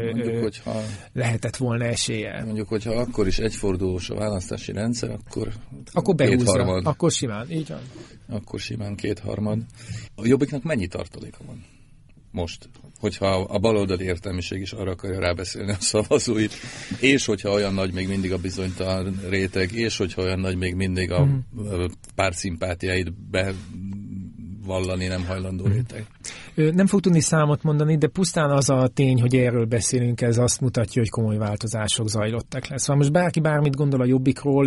lehetett volna esélye. Mondjuk, hogyha akkor is egyfordulós a választási rendszer, akkor behúzza, akkor simán, így van. Akkor simán 2/3. A Jobbiknak mennyi tartaléka van most? Hogyha a baloldali értelmiség is arra akarja rábeszélni a szavazóit, és hogyha olyan nagy még mindig a bizonytalan réteg, és hogyha olyan nagy még mindig a párt szimpátiáit bevallani nem hajlandó réteg. Nem fog tudni számot mondani, de pusztán az a tény, hogy erről beszélünk, ez azt mutatja, hogy komoly változások zajlottak le. Szóval most bárki bármit gondol a Jobbikról,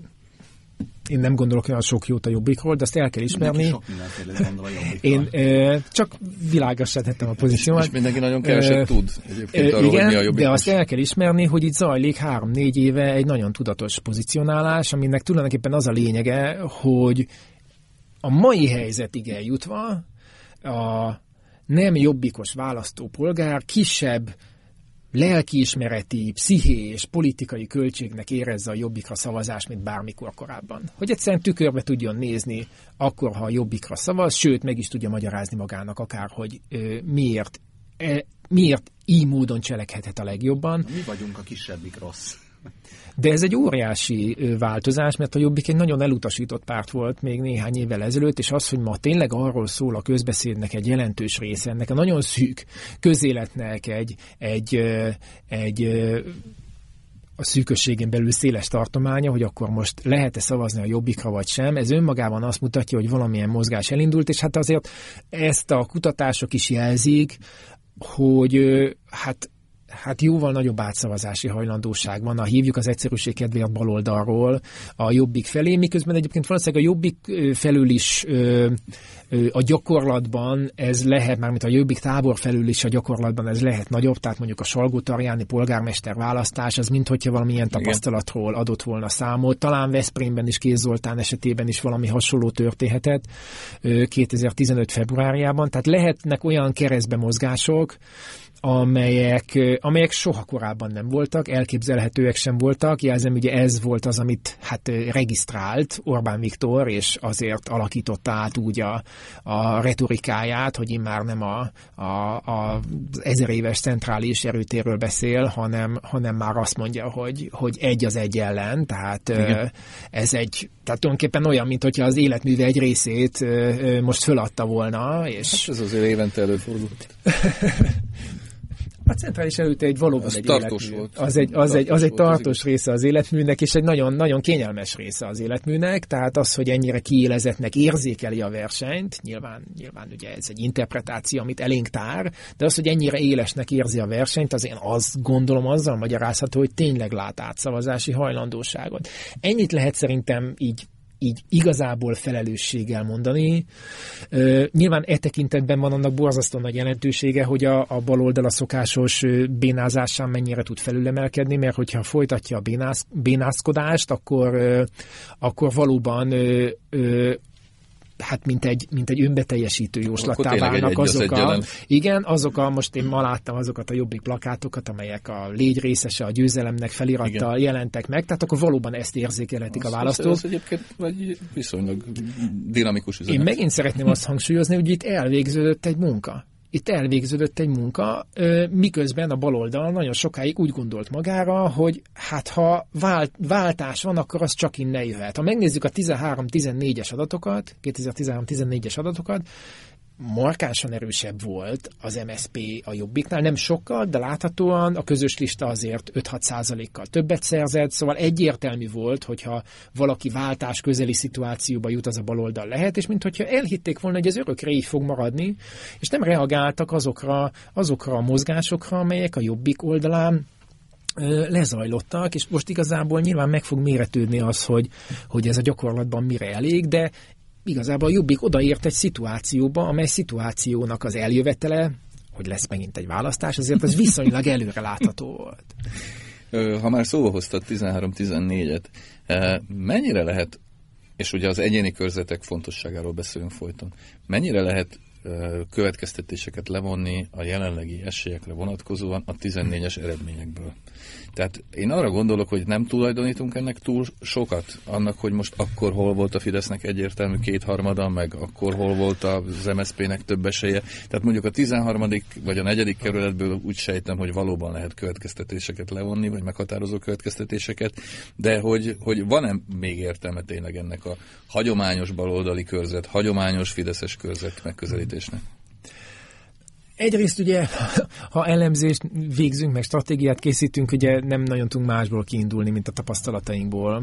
én nem gondolok olyan sok jót a Jobbikról, de azt el kell ismerni. Sok mindenféle gondol a Jobbikról. Én csak világossá tettem a pozíciómat. És mindenki nagyon keveset tud egyébként arról, igen, hogy mi a Jobbik. De azt el kell ismerni, hogy itt zajlik 3-4 éve egy nagyon tudatos pozicionálás, aminek tulajdonképpen az a lényege, hogy a mai helyzetig eljutva a nem jobbikos választópolgár kisebb lelkiismereti, pszichés, politikai költségnek érezze a Jobbikra szavazás, mint bármikor korábban. Hogy egyszerűen tükörbe tudjon nézni akkor, ha a Jobbikra szavaz, sőt, meg is tudja magyarázni magának akár, hogy miért így módon cselekedhet a legjobban. Mi vagyunk a kisebbik rossz. De ez egy óriási változás, mert a Jobbik egy nagyon elutasított párt volt még néhány évvel ezelőtt, és az, hogy ma tényleg arról szól a közbeszédnek egy jelentős része, ennek a nagyon szűk közéletnek a szűkösségén belül széles tartománya, hogy akkor most lehet-e szavazni a Jobbikra vagy sem, ez önmagában azt mutatja, hogy valamilyen mozgás elindult, és hát azért ezt a kutatások is jelzik, hogy hát jóval nagyobb átszavazási hajlandóság van, hívjuk az egyszerűség kedvéért baloldalról a Jobbik felé, miközben egyébként valószínűleg a Jobbik felül is a gyakorlatban ez lehet, mármint a Jobbik tábor felül is a gyakorlatban ez lehet nagyobb, tehát mondjuk a Salgó-Tarjáni polgármester választás, az minthogyha valamilyen tapasztalatról adott volna számot. Talán Veszprémben is, Kéz Zoltán esetében is valami hasonló történhetett 2015 februárjában, tehát lehetnek olyan keresztbe mozgások, amelyek soha korábban nem voltak, elképzelhetőek sem voltak. Jelzem, ugye ez volt az, amit regisztrált Orbán Viktor, és azért alakította át úgy a retorikáját, hogy immár nem az 1000 éves centrális erőtérről beszél, hanem már azt mondja, hogy egy az egy ellen, tehát tehát tulajdonképpen olyan, mint hogyha az életműve egy részét most föladta volna. És hát ez azért évente előfordult. A centrális erőtér valóban az egy tartós életmű. Volt. Az egy tartós része az életműnek, és egy nagyon, nagyon kényelmes része az életműnek, tehát az, hogy ennyire kiélezettnek érzékeli a versenyt, nyilván ugye ez egy interpretáció, amit elénk tár, de az, hogy ennyire élesnek érzi a versenyt, az én azt gondolom azzal magyarázható, hogy tényleg lát átszavazási hajlandóságot. Ennyit lehet szerintem így így igazából felelősséggel mondani. Nyilván tekintetben van annak borzasztó nagy jelentősége, hogy a baloldal a szokásos bénázásán mennyire tud felülemelkedni, mert hogyha folytatja a bénázkodást, akkor valóban hát mint egy önbeteljesítő jóslattá válnak azok most én ma láttam azokat a Jobbik plakátokat, amelyek a légy részese a győzelemnek felirattal jelentek meg, tehát akkor valóban ezt érzékelhetik a választók. Ez egyébként egy viszonylag dinamikus üzenet. Én megint szeretném azt hangsúlyozni, hogy itt elvégződött egy munka, miközben a baloldal nagyon sokáig úgy gondolt magára, hogy hát ha váltás van, akkor az csak innen jöhet. Ha megnézzük a 2013-14-es adatokat, markánsan erősebb volt az MSZP a Jobbiknál, nem sokkal, de láthatóan a közös lista azért 5-6%-kal többet szerzett, szóval egyértelmű volt, hogyha valaki váltás közeli szituációba jut, az a baloldal lehet, és minthogyha elhitték volna, hogy ez örökre így fog maradni, és nem reagáltak azokra a mozgásokra, amelyek a Jobbik oldalán lezajlottak, és most igazából nyilván meg fog méretődni az, hogy ez a gyakorlatban mire elég, de igazából a Jobbik odaért egy szituációba, amely szituációnak az eljövetele, hogy lesz megint egy választás, azért ez viszonylag előre látható volt. Ha már szóba hoztad 13-14-et, mennyire lehet, és ugye az egyéni körzetek fontosságáról beszélünk folyton, mennyire lehet következtetéseket levonni a jelenlegi esélyekre vonatkozóan a 14-es eredményekből? Tehát én arra gondolok, hogy nem tulajdonítunk ennek túl sokat, annak, hogy most akkor hol volt a Fidesznek egyértelmű kétharmada, meg akkor hol volt az MSZP-nek több esélye. Tehát mondjuk a 13. vagy a 4. kerületből úgy sejtem, hogy valóban lehet következtetéseket levonni, vagy meghatározó következtetéseket, de hogy van-e még értelme tényleg ennek a hagyományos baloldali körzet, hagyományos fideszes körzet megközelítésnek? Egyrészt ugye, ha elemzést végzünk, meg stratégiát készítünk, ugye nem nagyon tudunk másból kiindulni, mint a tapasztalatainkból.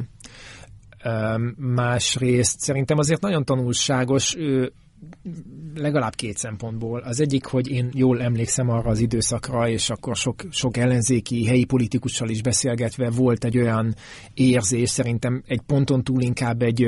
Másrészt szerintem azért nagyon tanulságos, legalább 2 szempontból. Az egyik, hogy én jól emlékszem arra az időszakra, és akkor sok ellenzéki helyi politikussal is beszélgetve volt egy olyan érzés, szerintem egy ponton túl inkább egy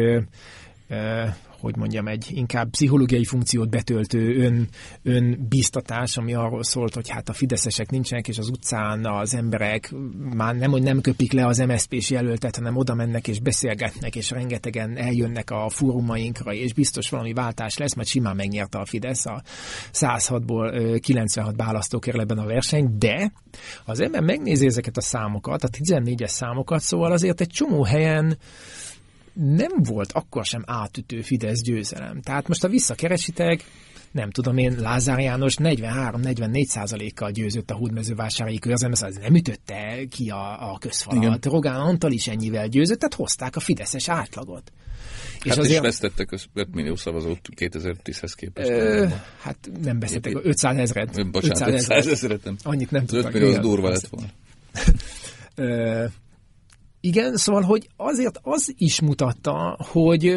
inkább pszichológiai funkciót betöltő önbiztatás, ami arról szólt, hogy hát a fideszesek nincsenek, és az utcán az emberek már nem köpik le az MSZP-s jelöltet, hanem oda mennek és beszélgetnek, és rengetegen eljönnek a fórumainkra, és biztos valami váltás lesz, mert simán megnyerte a Fidesz a 106-ból 96 választókerületben a versenyt, de az ember megnézi ezeket a számokat, a 14-es számokat, szóval azért egy csomó helyen nem volt akkor sem átütő Fidesz győzelem. Tehát most, ha visszakeresitek, nem tudom én, Lázár János 43-44%-kal győzött a Hódmezővásárhelyi körzetben, ez nem ütötte ki a közfalat. Igen. Rogán Antal is ennyivel győzött, tehát hozták a fideszes átlagot. És hát azért... is vesztettek 5 millió szavazót 2010-hez képest. Hát nem vesztettek, 500 ezret. Bocsánat, 500 ezret. Annyit nem tudtak. 5 millió az durva lett volna. Igen, szóval, hogy azért az is mutatta, hogy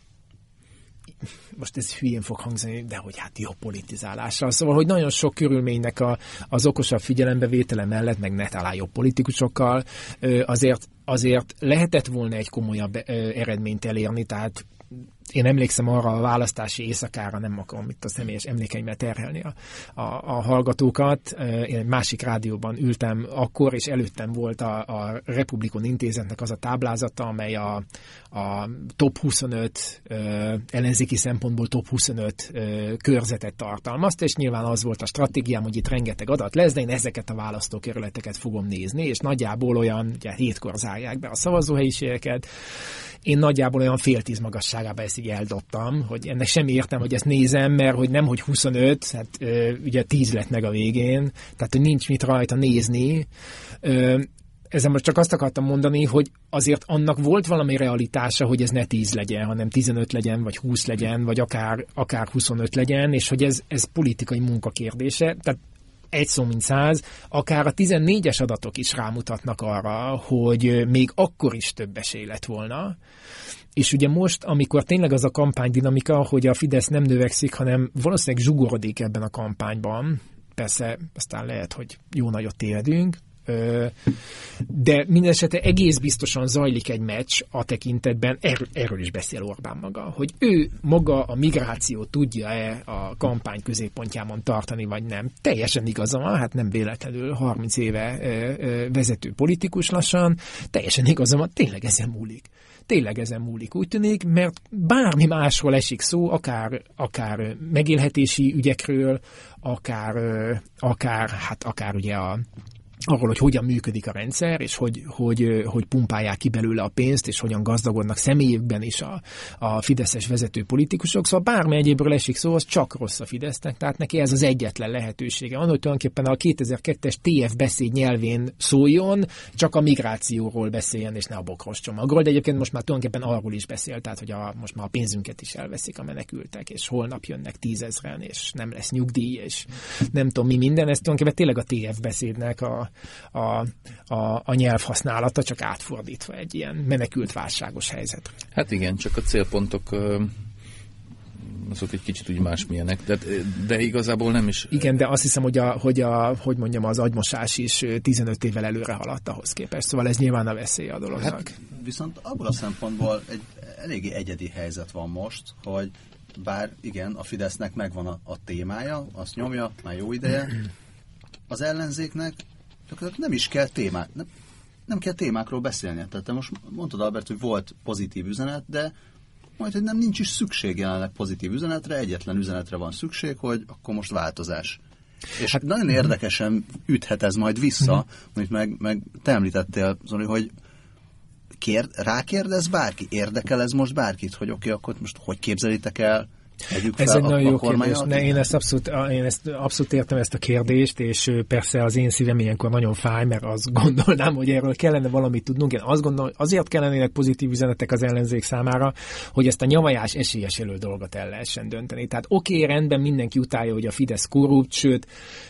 most ez hülyén fog hangzani, de hogy hát jobb politizálással. Szóval, hogy nagyon sok körülménynek az okosabb figyelembevétele mellett, meg ne talán jobb politikusokkal, azért lehetett volna egy komolyabb eredményt elérni, tehát én emlékszem arra a választási éjszakára, nem akarom itt a személyes emlékeimmel terhelni a hallgatókat. Én egy másik rádióban ültem akkor, és előttem volt a Republikon Intézetnek az a táblázata, amely a top 25 ellenzéki szempontból top 25 körzetet tartalmazta, és nyilván az volt a stratégiám, hogy itt rengeteg adat lesz, de én ezeket a választókerületeket fogom nézni, és nagyjából olyan, ugye 7-kor zárják be a szavazóhelyiségeket, én nagyjából olyan 9:30 magasságában ezt így eldobtam, hogy ennek semmi értem, hogy ezt nézem, mert hogy nem, hogy 25, hát ugye 10 lett meg a végén, tehát hogy nincs mit rajta nézni. Ezzel most csak azt akartam mondani, hogy azért annak volt valami realitása, hogy ez ne 10 legyen, hanem 15 legyen, vagy 20 legyen, vagy akár 25 legyen, és hogy ez politikai munka kérdése. Tehát egy szó mint 100, akár a 14-es adatok is rámutatnak arra, hogy még akkor is több esély lett volna. És ugye most, amikor tényleg az a kampánydinamika, hogy a Fidesz nem növekszik, hanem valószínűleg zsugorodik ebben a kampányban, persze aztán lehet, hogy jó nagyot tévedünk, De minden esetre egész biztosan zajlik egy meccs a tekintetben, erről is beszél Orbán maga, hogy ő maga a migrációt tudja-e a kampány középpontjában tartani, vagy nem. Teljesen igaza van, hát nem véletlenül 30 éve vezető politikus lassan, teljesen igaza van, tényleg ezen múlik, úgy tűnik, mert bármi másról esik szó, akár megélhetési ügyekről, akár ugye arról, hogy hogyan működik a rendszer, és hogy pumpálják ki belőle a pénzt, és hogyan gazdagodnak személyükben is a fideszes vezető politikusok. Szóval bármi egyébről esik szó, az csak rossz a Fidesznek, tehát neki ez az egyetlen lehetősége. Annól tulajdonképpen a 2002-es TF beszéd nyelvén szóljon, csak a migrációról beszéljen, és ne a bokros csomagról, de egyébként most már tulajdonképpen arról is beszél, tehát hogy most már a pénzünket is elveszik a menekültek, és holnap jönnek 10 000-en, és nem lesz nyugdíj, és nem tudom mi minden. Ez tulajdonképpen tényleg a TF beszédnek a nyelvhasználata, csak átfordítva egy ilyen menekült válságos helyzetre. Hát igen, csak a célpontok azok egy kicsit úgy másmilyenek, de igazából nem is... Igen, de azt hiszem, hogy mondjam, az agymosás is 15 évvel előre haladt ahhoz képest, szóval ez nyilván a veszély a dolognak. Hát, viszont abból a szempontból egy eléggé egyedi helyzet van most, hogy bár igen, a Fidesznek megvan a témája, azt nyomja már jó ideje, az ellenzéknek nem is kell nem kell témákról beszélni. Tehát te most mondtad, Albert, hogy volt pozitív üzenet, de majd, hogy nincs is szükség jelenleg pozitív üzenetre, egyetlen üzenetre van szükség, hogy akkor most változás. És hát nagyon érdekesen üthet ez majd vissza, amit meg te említettél, Zoli, hogy rákérdez bárki, érdekel ez most bárkit, hogy oké, akkor most hogy képzelitek el? Ez egy nagyon jó kérdés. Én ezt abszolút értem ezt a kérdést, és persze az én szívem ilyenkor nagyon fáj, mert azt gondolnám, hogy erről kellene valamit tudnunk. Én azt gondolom, hogy azért kellenének pozitív üzenetek az ellenzék számára, hogy ezt a nyavajás esélyes jelölt dolgot el lehessen dönteni. Tehát rendben, mindenki utálja, hogy a Fidesz korrupt, sőt,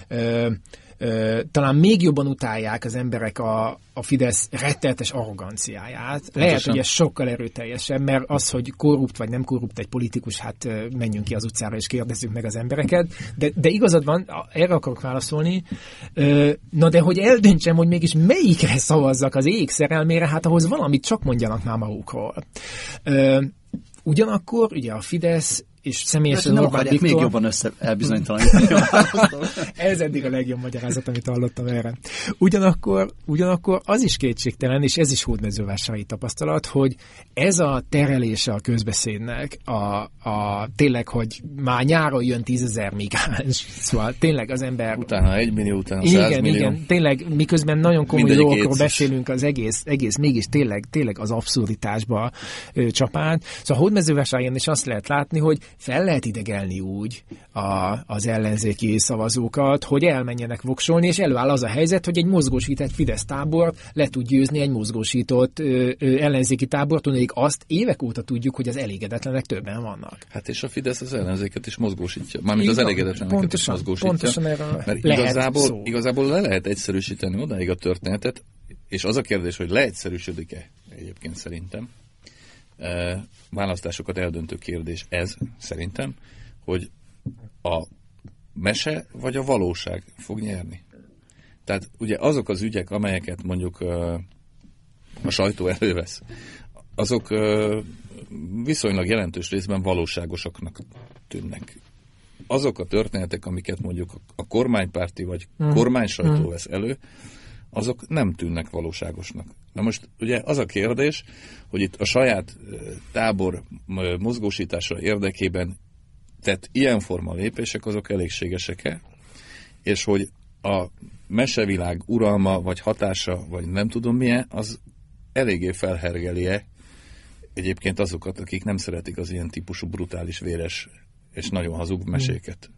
talán még jobban utálják az emberek a Fidesz rettenetes arroganciáját. Lehet, hogy ez sokkal erőteljesebb, mert az, hogy korrupt vagy nem korrupt egy politikus, hát menjünk ki az utcára és kérdezzük meg az embereket. De igazad van, erre akarok válaszolni. Na de hogy eldöntsem, hogy mégis melyikre szavazzak az ég szerelmére, hát ahhoz valamit csak mondjanak már magukról. Ugyanakkor ugye a Fidesz és személyesen Orbán Viktor... még jobban elbizonytalanítani. Ez eddig a legjobb magyarázat, amit hallottam erre. Ugyanakkor az is kétségtelen, és ez is hódmezővásárhelyi tapasztalat, hogy ez a terelése a közbeszédnek, tényleg, hogy már nyáron jön 10 000 migráns, szóval tényleg az ember... Utána 1 millió, utána 100 millió. Igen, tényleg, miközben nagyon komoly dolgokról beszélünk, az egész mégis tényleg az abszurditásba csapád. Szóval a hódmezővásárhelyen is azt lehet látni, hogy fel lehet idegelni úgy az ellenzéki szavazókat, hogy elmenjenek voksolni, és előáll az a helyzet, hogy egy mozgósított Fidesz tábor le tud győzni egy mozgósított ellenzéki tábort, pedig azt évek óta tudjuk, hogy az elégedetlenek többen vannak. Hát és a Fidesz az ellenzéket is mozgósítja. Mármint az elégedetleneket is mozgósítja. Pontosan erről mert igazából le lehet egyszerűsíteni odáig a történetet, és az a kérdés, hogy leegyszerűsödik-e egyébként szerintem, választásokat eldöntő kérdés ez, szerintem, hogy a mese vagy a valóság fog nyerni. Tehát ugye azok az ügyek, amelyeket mondjuk a sajtó elővesz, azok viszonylag jelentős részben valóságosaknak tűnnek. Azok a történetek, amiket mondjuk a kormánypárti vagy kormánysajtó vesz elő, azok nem tűnnek valóságosnak. Na most ugye az a kérdés, hogy itt a saját tábor mozgósítása érdekében tett ilyenforma lépések, azok elégségesek-e, és hogy a mesevilág uralma, vagy hatása, vagy nem tudom milyen, az eléggé felhergeli-e egyébként azokat, akik nem szeretik az ilyen típusú brutális, véres és nagyon hazug meséket.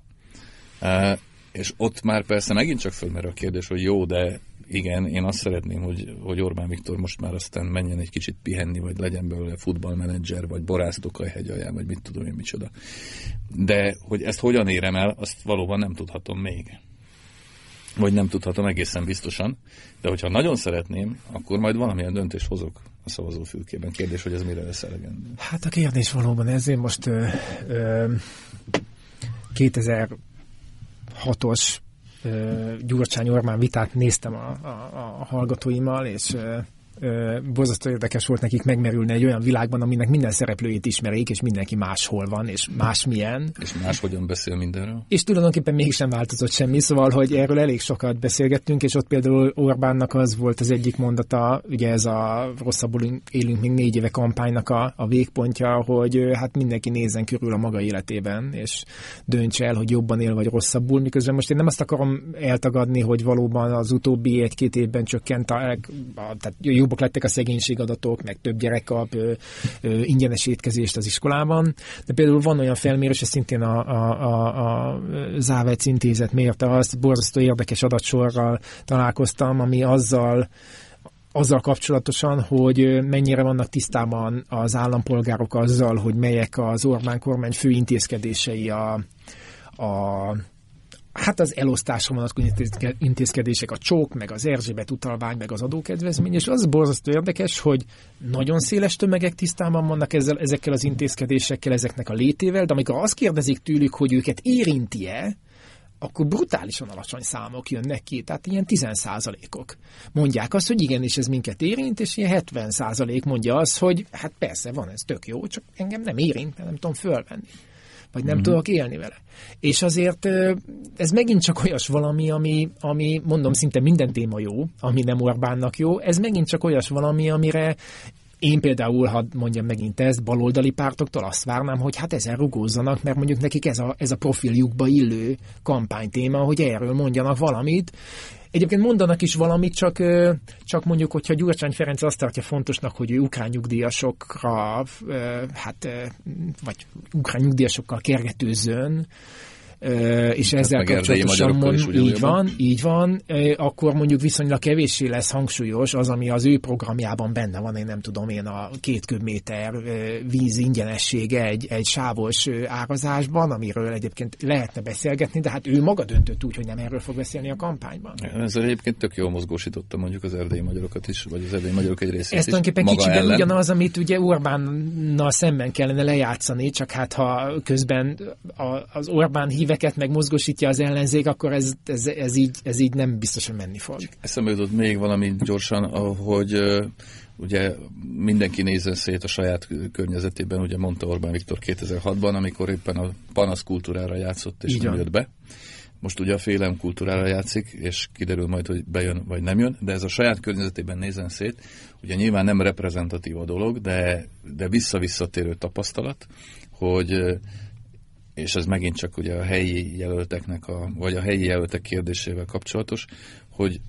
És ott már persze megint csak fölmerül a kérdés, hogy jó, de igen, én azt szeretném, hogy Orbán Viktor most már aztán menjen egy kicsit pihenni, vagy legyen belőle futballmenedzser, vagy borász Tokaj-hegy alján, vagy mit tudom én micsoda. De hogy ezt hogyan érem el, azt valóban nem tudhatom még. Vagy nem tudhatom egészen biztosan. De hogyha nagyon szeretném, akkor majd valamilyen döntést hozok a szavazófülkében. Kérdés, hogy ez mire lesz elegendő. Hát a kérdés valóban ezért most 2006-os Gyurcsány Orbán vitát néztem a hallgatóimmal, és borzasztó érdekes volt nekik megmerülni egy olyan világban, aminek minden szereplőjét ismerik, és mindenki máshol van, és másmilyen. És máshogyan beszél mindenről. És tulajdonképpen mégsem változott semmi, szóval, hogy erről elég sokat beszélgettünk, és ott például Orbánnak az volt az egyik mondata, ugye ez a rosszabbul élünk még 4 éve kampánynak a végpontja, hogy hát mindenki nézzen körül a maga életében, és döntse el, hogy jobban él, vagy rosszabbul, miközben most én nem azt akarom eltagadni, hogy valóban az utóbbi 1-2 évben csökkent, tehát jobbak lettek a szegénységadatok, meg több gyerek kap ingyenes étkezést az iskolában, de például van olyan felmérés, ez szintén a Závec intézet mérte azt, borzasztó érdekes adatsorral találkoztam, ami azzal kapcsolatosan, hogy mennyire vannak tisztában az állampolgárok azzal, hogy melyek az Orbán kormány fő intézkedései hát az elosztásra vonatkozó intézkedések, a csók, meg az Erzsébet utalvány, meg az adókedvezmény, és az borzasztó érdekes, hogy nagyon széles tömegek tisztában vannak ezekkel az intézkedésekkel, ezeknek a létével, de amikor azt kérdezik tőlük, hogy őket érinti-e, akkor brutálisan alacsony számok jönnek ki, tehát ilyen 10%-ok. Mondják azt, hogy igenis ez minket érint, és ilyen 70% mondja azt, hogy hát persze van, ez tök jó, csak engem nem érint, nem tudom fölvenni. Vagy nem tudok élni vele. És azért ez megint csak olyas valami, ami mondom, szinte minden téma jó, ami nem Orbánnak jó, ez megint csak olyas valami, amire én például, ha mondjam megint ezt, baloldali pártoktól azt várnám, hogy hát ezen rugózzanak, mert mondjuk nekik ez a profiljukba illő kampánytéma, hogy erről mondjanak valamit. Egyébként mondanak is valamit, csak mondjuk, hogyha Gyurcsány Ferenc azt tartja fontosnak, hogy ő ukrán nyugdíjasokra, vagy ukrán nyugdíjasokkal kergetőzzön, és ezzel kapcsolatosan így van, akkor mondjuk viszonylag kevéssé lesz hangsúlyos az, ami az ő programjában benne van, én nem tudom én, a 2 köbméter víz ingyenessége egy sávos árazásban, amiről egyébként lehetne beszélgetni, de hát ő maga döntött úgy, hogy nem erről fog beszélni a kampányban. Ezzel egyébként tök jól mozgósította mondjuk az erdélyi magyarokat is, vagy az erdélyi magyarok egy részét is. Ez tulajdonképpen kicsiben ugyanaz, amit ugye Orbánnal szemben kellene lejátszani, csak hát ha közben az Orbán híveket megmozgósítja az ellenzék, akkor ez így nem biztosan menni fog. Eszembe jutott még valami gyorsan, hogy ugye mindenki nézzen szét a saját környezetében, ugye mondta Orbán Viktor 2006-ban, amikor éppen a panasz kultúrára játszott, és nem jött be. Most ugye a félelem kultúrára játszik, és kiderül majd, hogy bejön vagy nem jön, de ez a saját környezetében nézzen szét. Ugye nyilván nem reprezentatív a dolog, de vissza-visszatérő tapasztalat, hogy és ez megint csak ugye a helyi jelölteknek, vagy a helyi jelöltek kérdésével kapcsolatos, hogy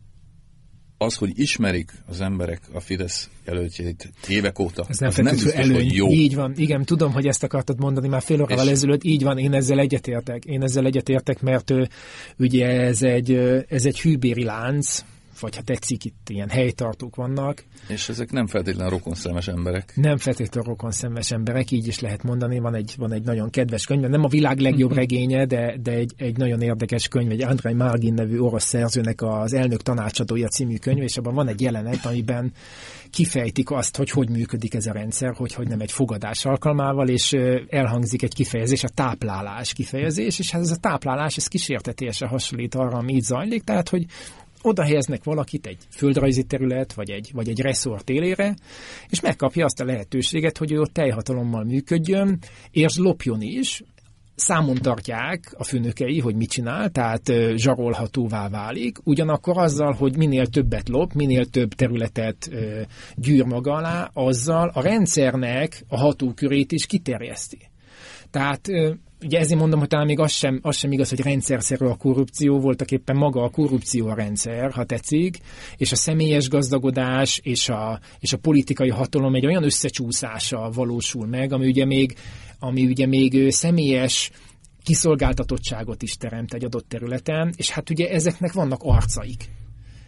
az, hogy ismerik az emberek a Fidesz jelöltjét évek óta, ez nem biztos, hogy jó. Így van, igen, tudom, hogy ezt akartad mondani már fél órával ezelőtt, így van, én ezzel egyetértek, mert ugye ez egy hűbéri lánc, vagy ha tetszik, itt ilyen helytartók vannak. És ezek nem feltétlenül rokonszenves emberek. Nem feltétlenül rokonszenves emberek, így is lehet mondani. Van egy nagyon kedves könyv, nem a világ legjobb regénye, de egy nagyon érdekes könyv, egy Andrej Margin nevű orosz szerzőnek az Elnök tanácsadója című könyv, és abban van egy jelenet, amiben kifejtik azt, hogy működik ez a rendszer, hogy nem egy fogadás alkalmával, és elhangzik egy kifejezés, a táplálás kifejezés, és hát ez a táplálás, ez kísértetésen hasonlít arra, ami itt zajlik, tehát, hogy oda helyeznek valakit egy földrajzi terület, vagy egy reszort élére, és megkapja azt a lehetőséget, hogy ő ott teljhatalommal működjön, és lopjon is, számon tartják a főnökei, hogy mit csinál, tehát zsarolhatóvá válik, ugyanakkor azzal, hogy minél többet lop, minél több területet gyűr maga alá, azzal a rendszernek a hatókörét is kiterjeszti. Tehát ugye ezért mondom, hogy talán még az sem igaz, hogy rendszerszerű a korrupció, voltak éppen maga a korrupció a rendszer, ha tetszik, és a személyes gazdagodás és a politikai hatalom egy olyan összecsúszása valósul meg, ami ugye még személyes kiszolgáltatottságot is teremt egy adott területen, és hát ugye ezeknek vannak arcaik.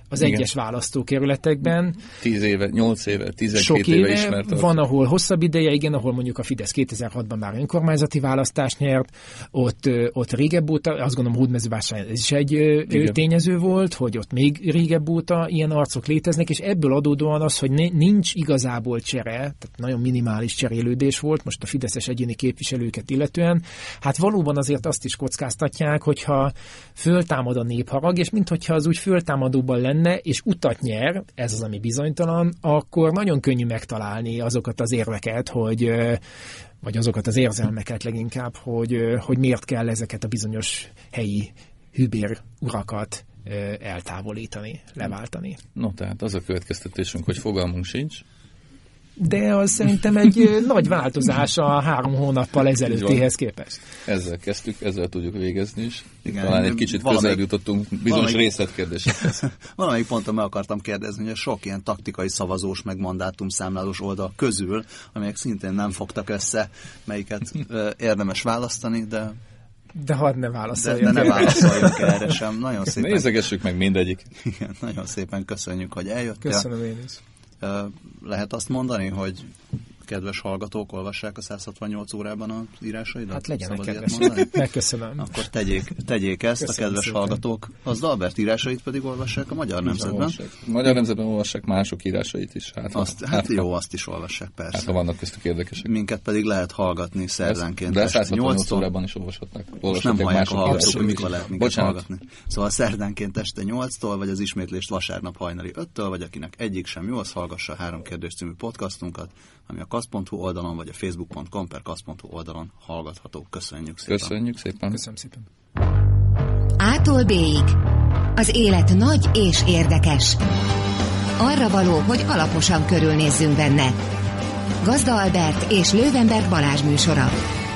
az egyes választókerületekben. 10 éve, 8 éve, 12 sok éve ismert. Van, ahol hosszabb ideje, igen, ahol mondjuk a Fidesz 2006-ban már önkormányzati választást nyert, ott régebb óta, azt gondolom Hódmezővásárhelyen ez is egy tényező volt, hogy ott még régebb óta ilyen arcok léteznek, és ebből adódóan az, hogy nincs igazából csere, tehát nagyon minimális cserélődés volt most a fideszes egyéni képviselőket illetően, hát valóban azért azt is kockáztatják, hogyha föltámad a népharag, és minthogyha az úgy föltámadóban lenne, és utat nyer, ez az, ami bizonytalan, akkor nagyon könnyű megtalálni azokat az érveket, vagy azokat az érzelmeket leginkább, hogy miért kell ezeket a bizonyos helyi hűbér urakat eltávolítani, leváltani. No, tehát az a következtetésünk, hogy fogalmunk sincs. De az szerintem egy nagy változás a 3 hónappal ezelőttihez képest. Ezzel kezdtük, ezzel tudjuk végezni is. Igen, talán egy kicsit közel jutottunk bizonyos részletkérdésekhez. Valamelyik ponton meg akartam kérdezni, hogy a sok ilyen taktikai szavazós, meg mandátumszámlálós oldal közül, amelyek szintén nem fogtak össze, melyiket érdemes választani, de hadd ne válaszoljunk. De ne válaszoljunk erre sem. Nagyon szépen. Nézegessük meg mindegyik. Igen, nagyon szépen köszönjük, hogy eljöttél. Köszönöm én is. Lehet azt mondani, hogy kedves hallgatók olvassák a 168 órában az írásaidat? Hát legyenek kedvesek. Megköszönöm. Akkor tegyék ezt. Köszönöm a kedves szépen. Hallgatók. Az Albert írásait pedig olvassák a Magyar Nemzetben. A Magyar Nemzetben olvassák mások írásait is. Jó, azt is olvassák, persze. Hát, ha vannak köztük érdekesek. Minket pedig lehet hallgatni szerdánként. De 168 órában is olvashatnak. Most nem hallják a hallgatók, hogy mikor lehet minket hallgatni. Szóval szerdánként este 8-tól, vagy az ismétlést vasárnap hajnali 5-től, vagy akinek egyik sem jó, az hallgassa a 3 kérdés című podcastunkat, ami a kasz.hu oldalon, vagy a facebook.com/kasz.hu oldalon hallgatható. Köszönjük szépen. Köszönjük szépen. Köszönöm szépen. A-tól B-ig. Az élet nagy és érdekes. Arra való, hogy alaposan körülnézzünk benne. Gazda Albert és Löwenberg Balázs műsora.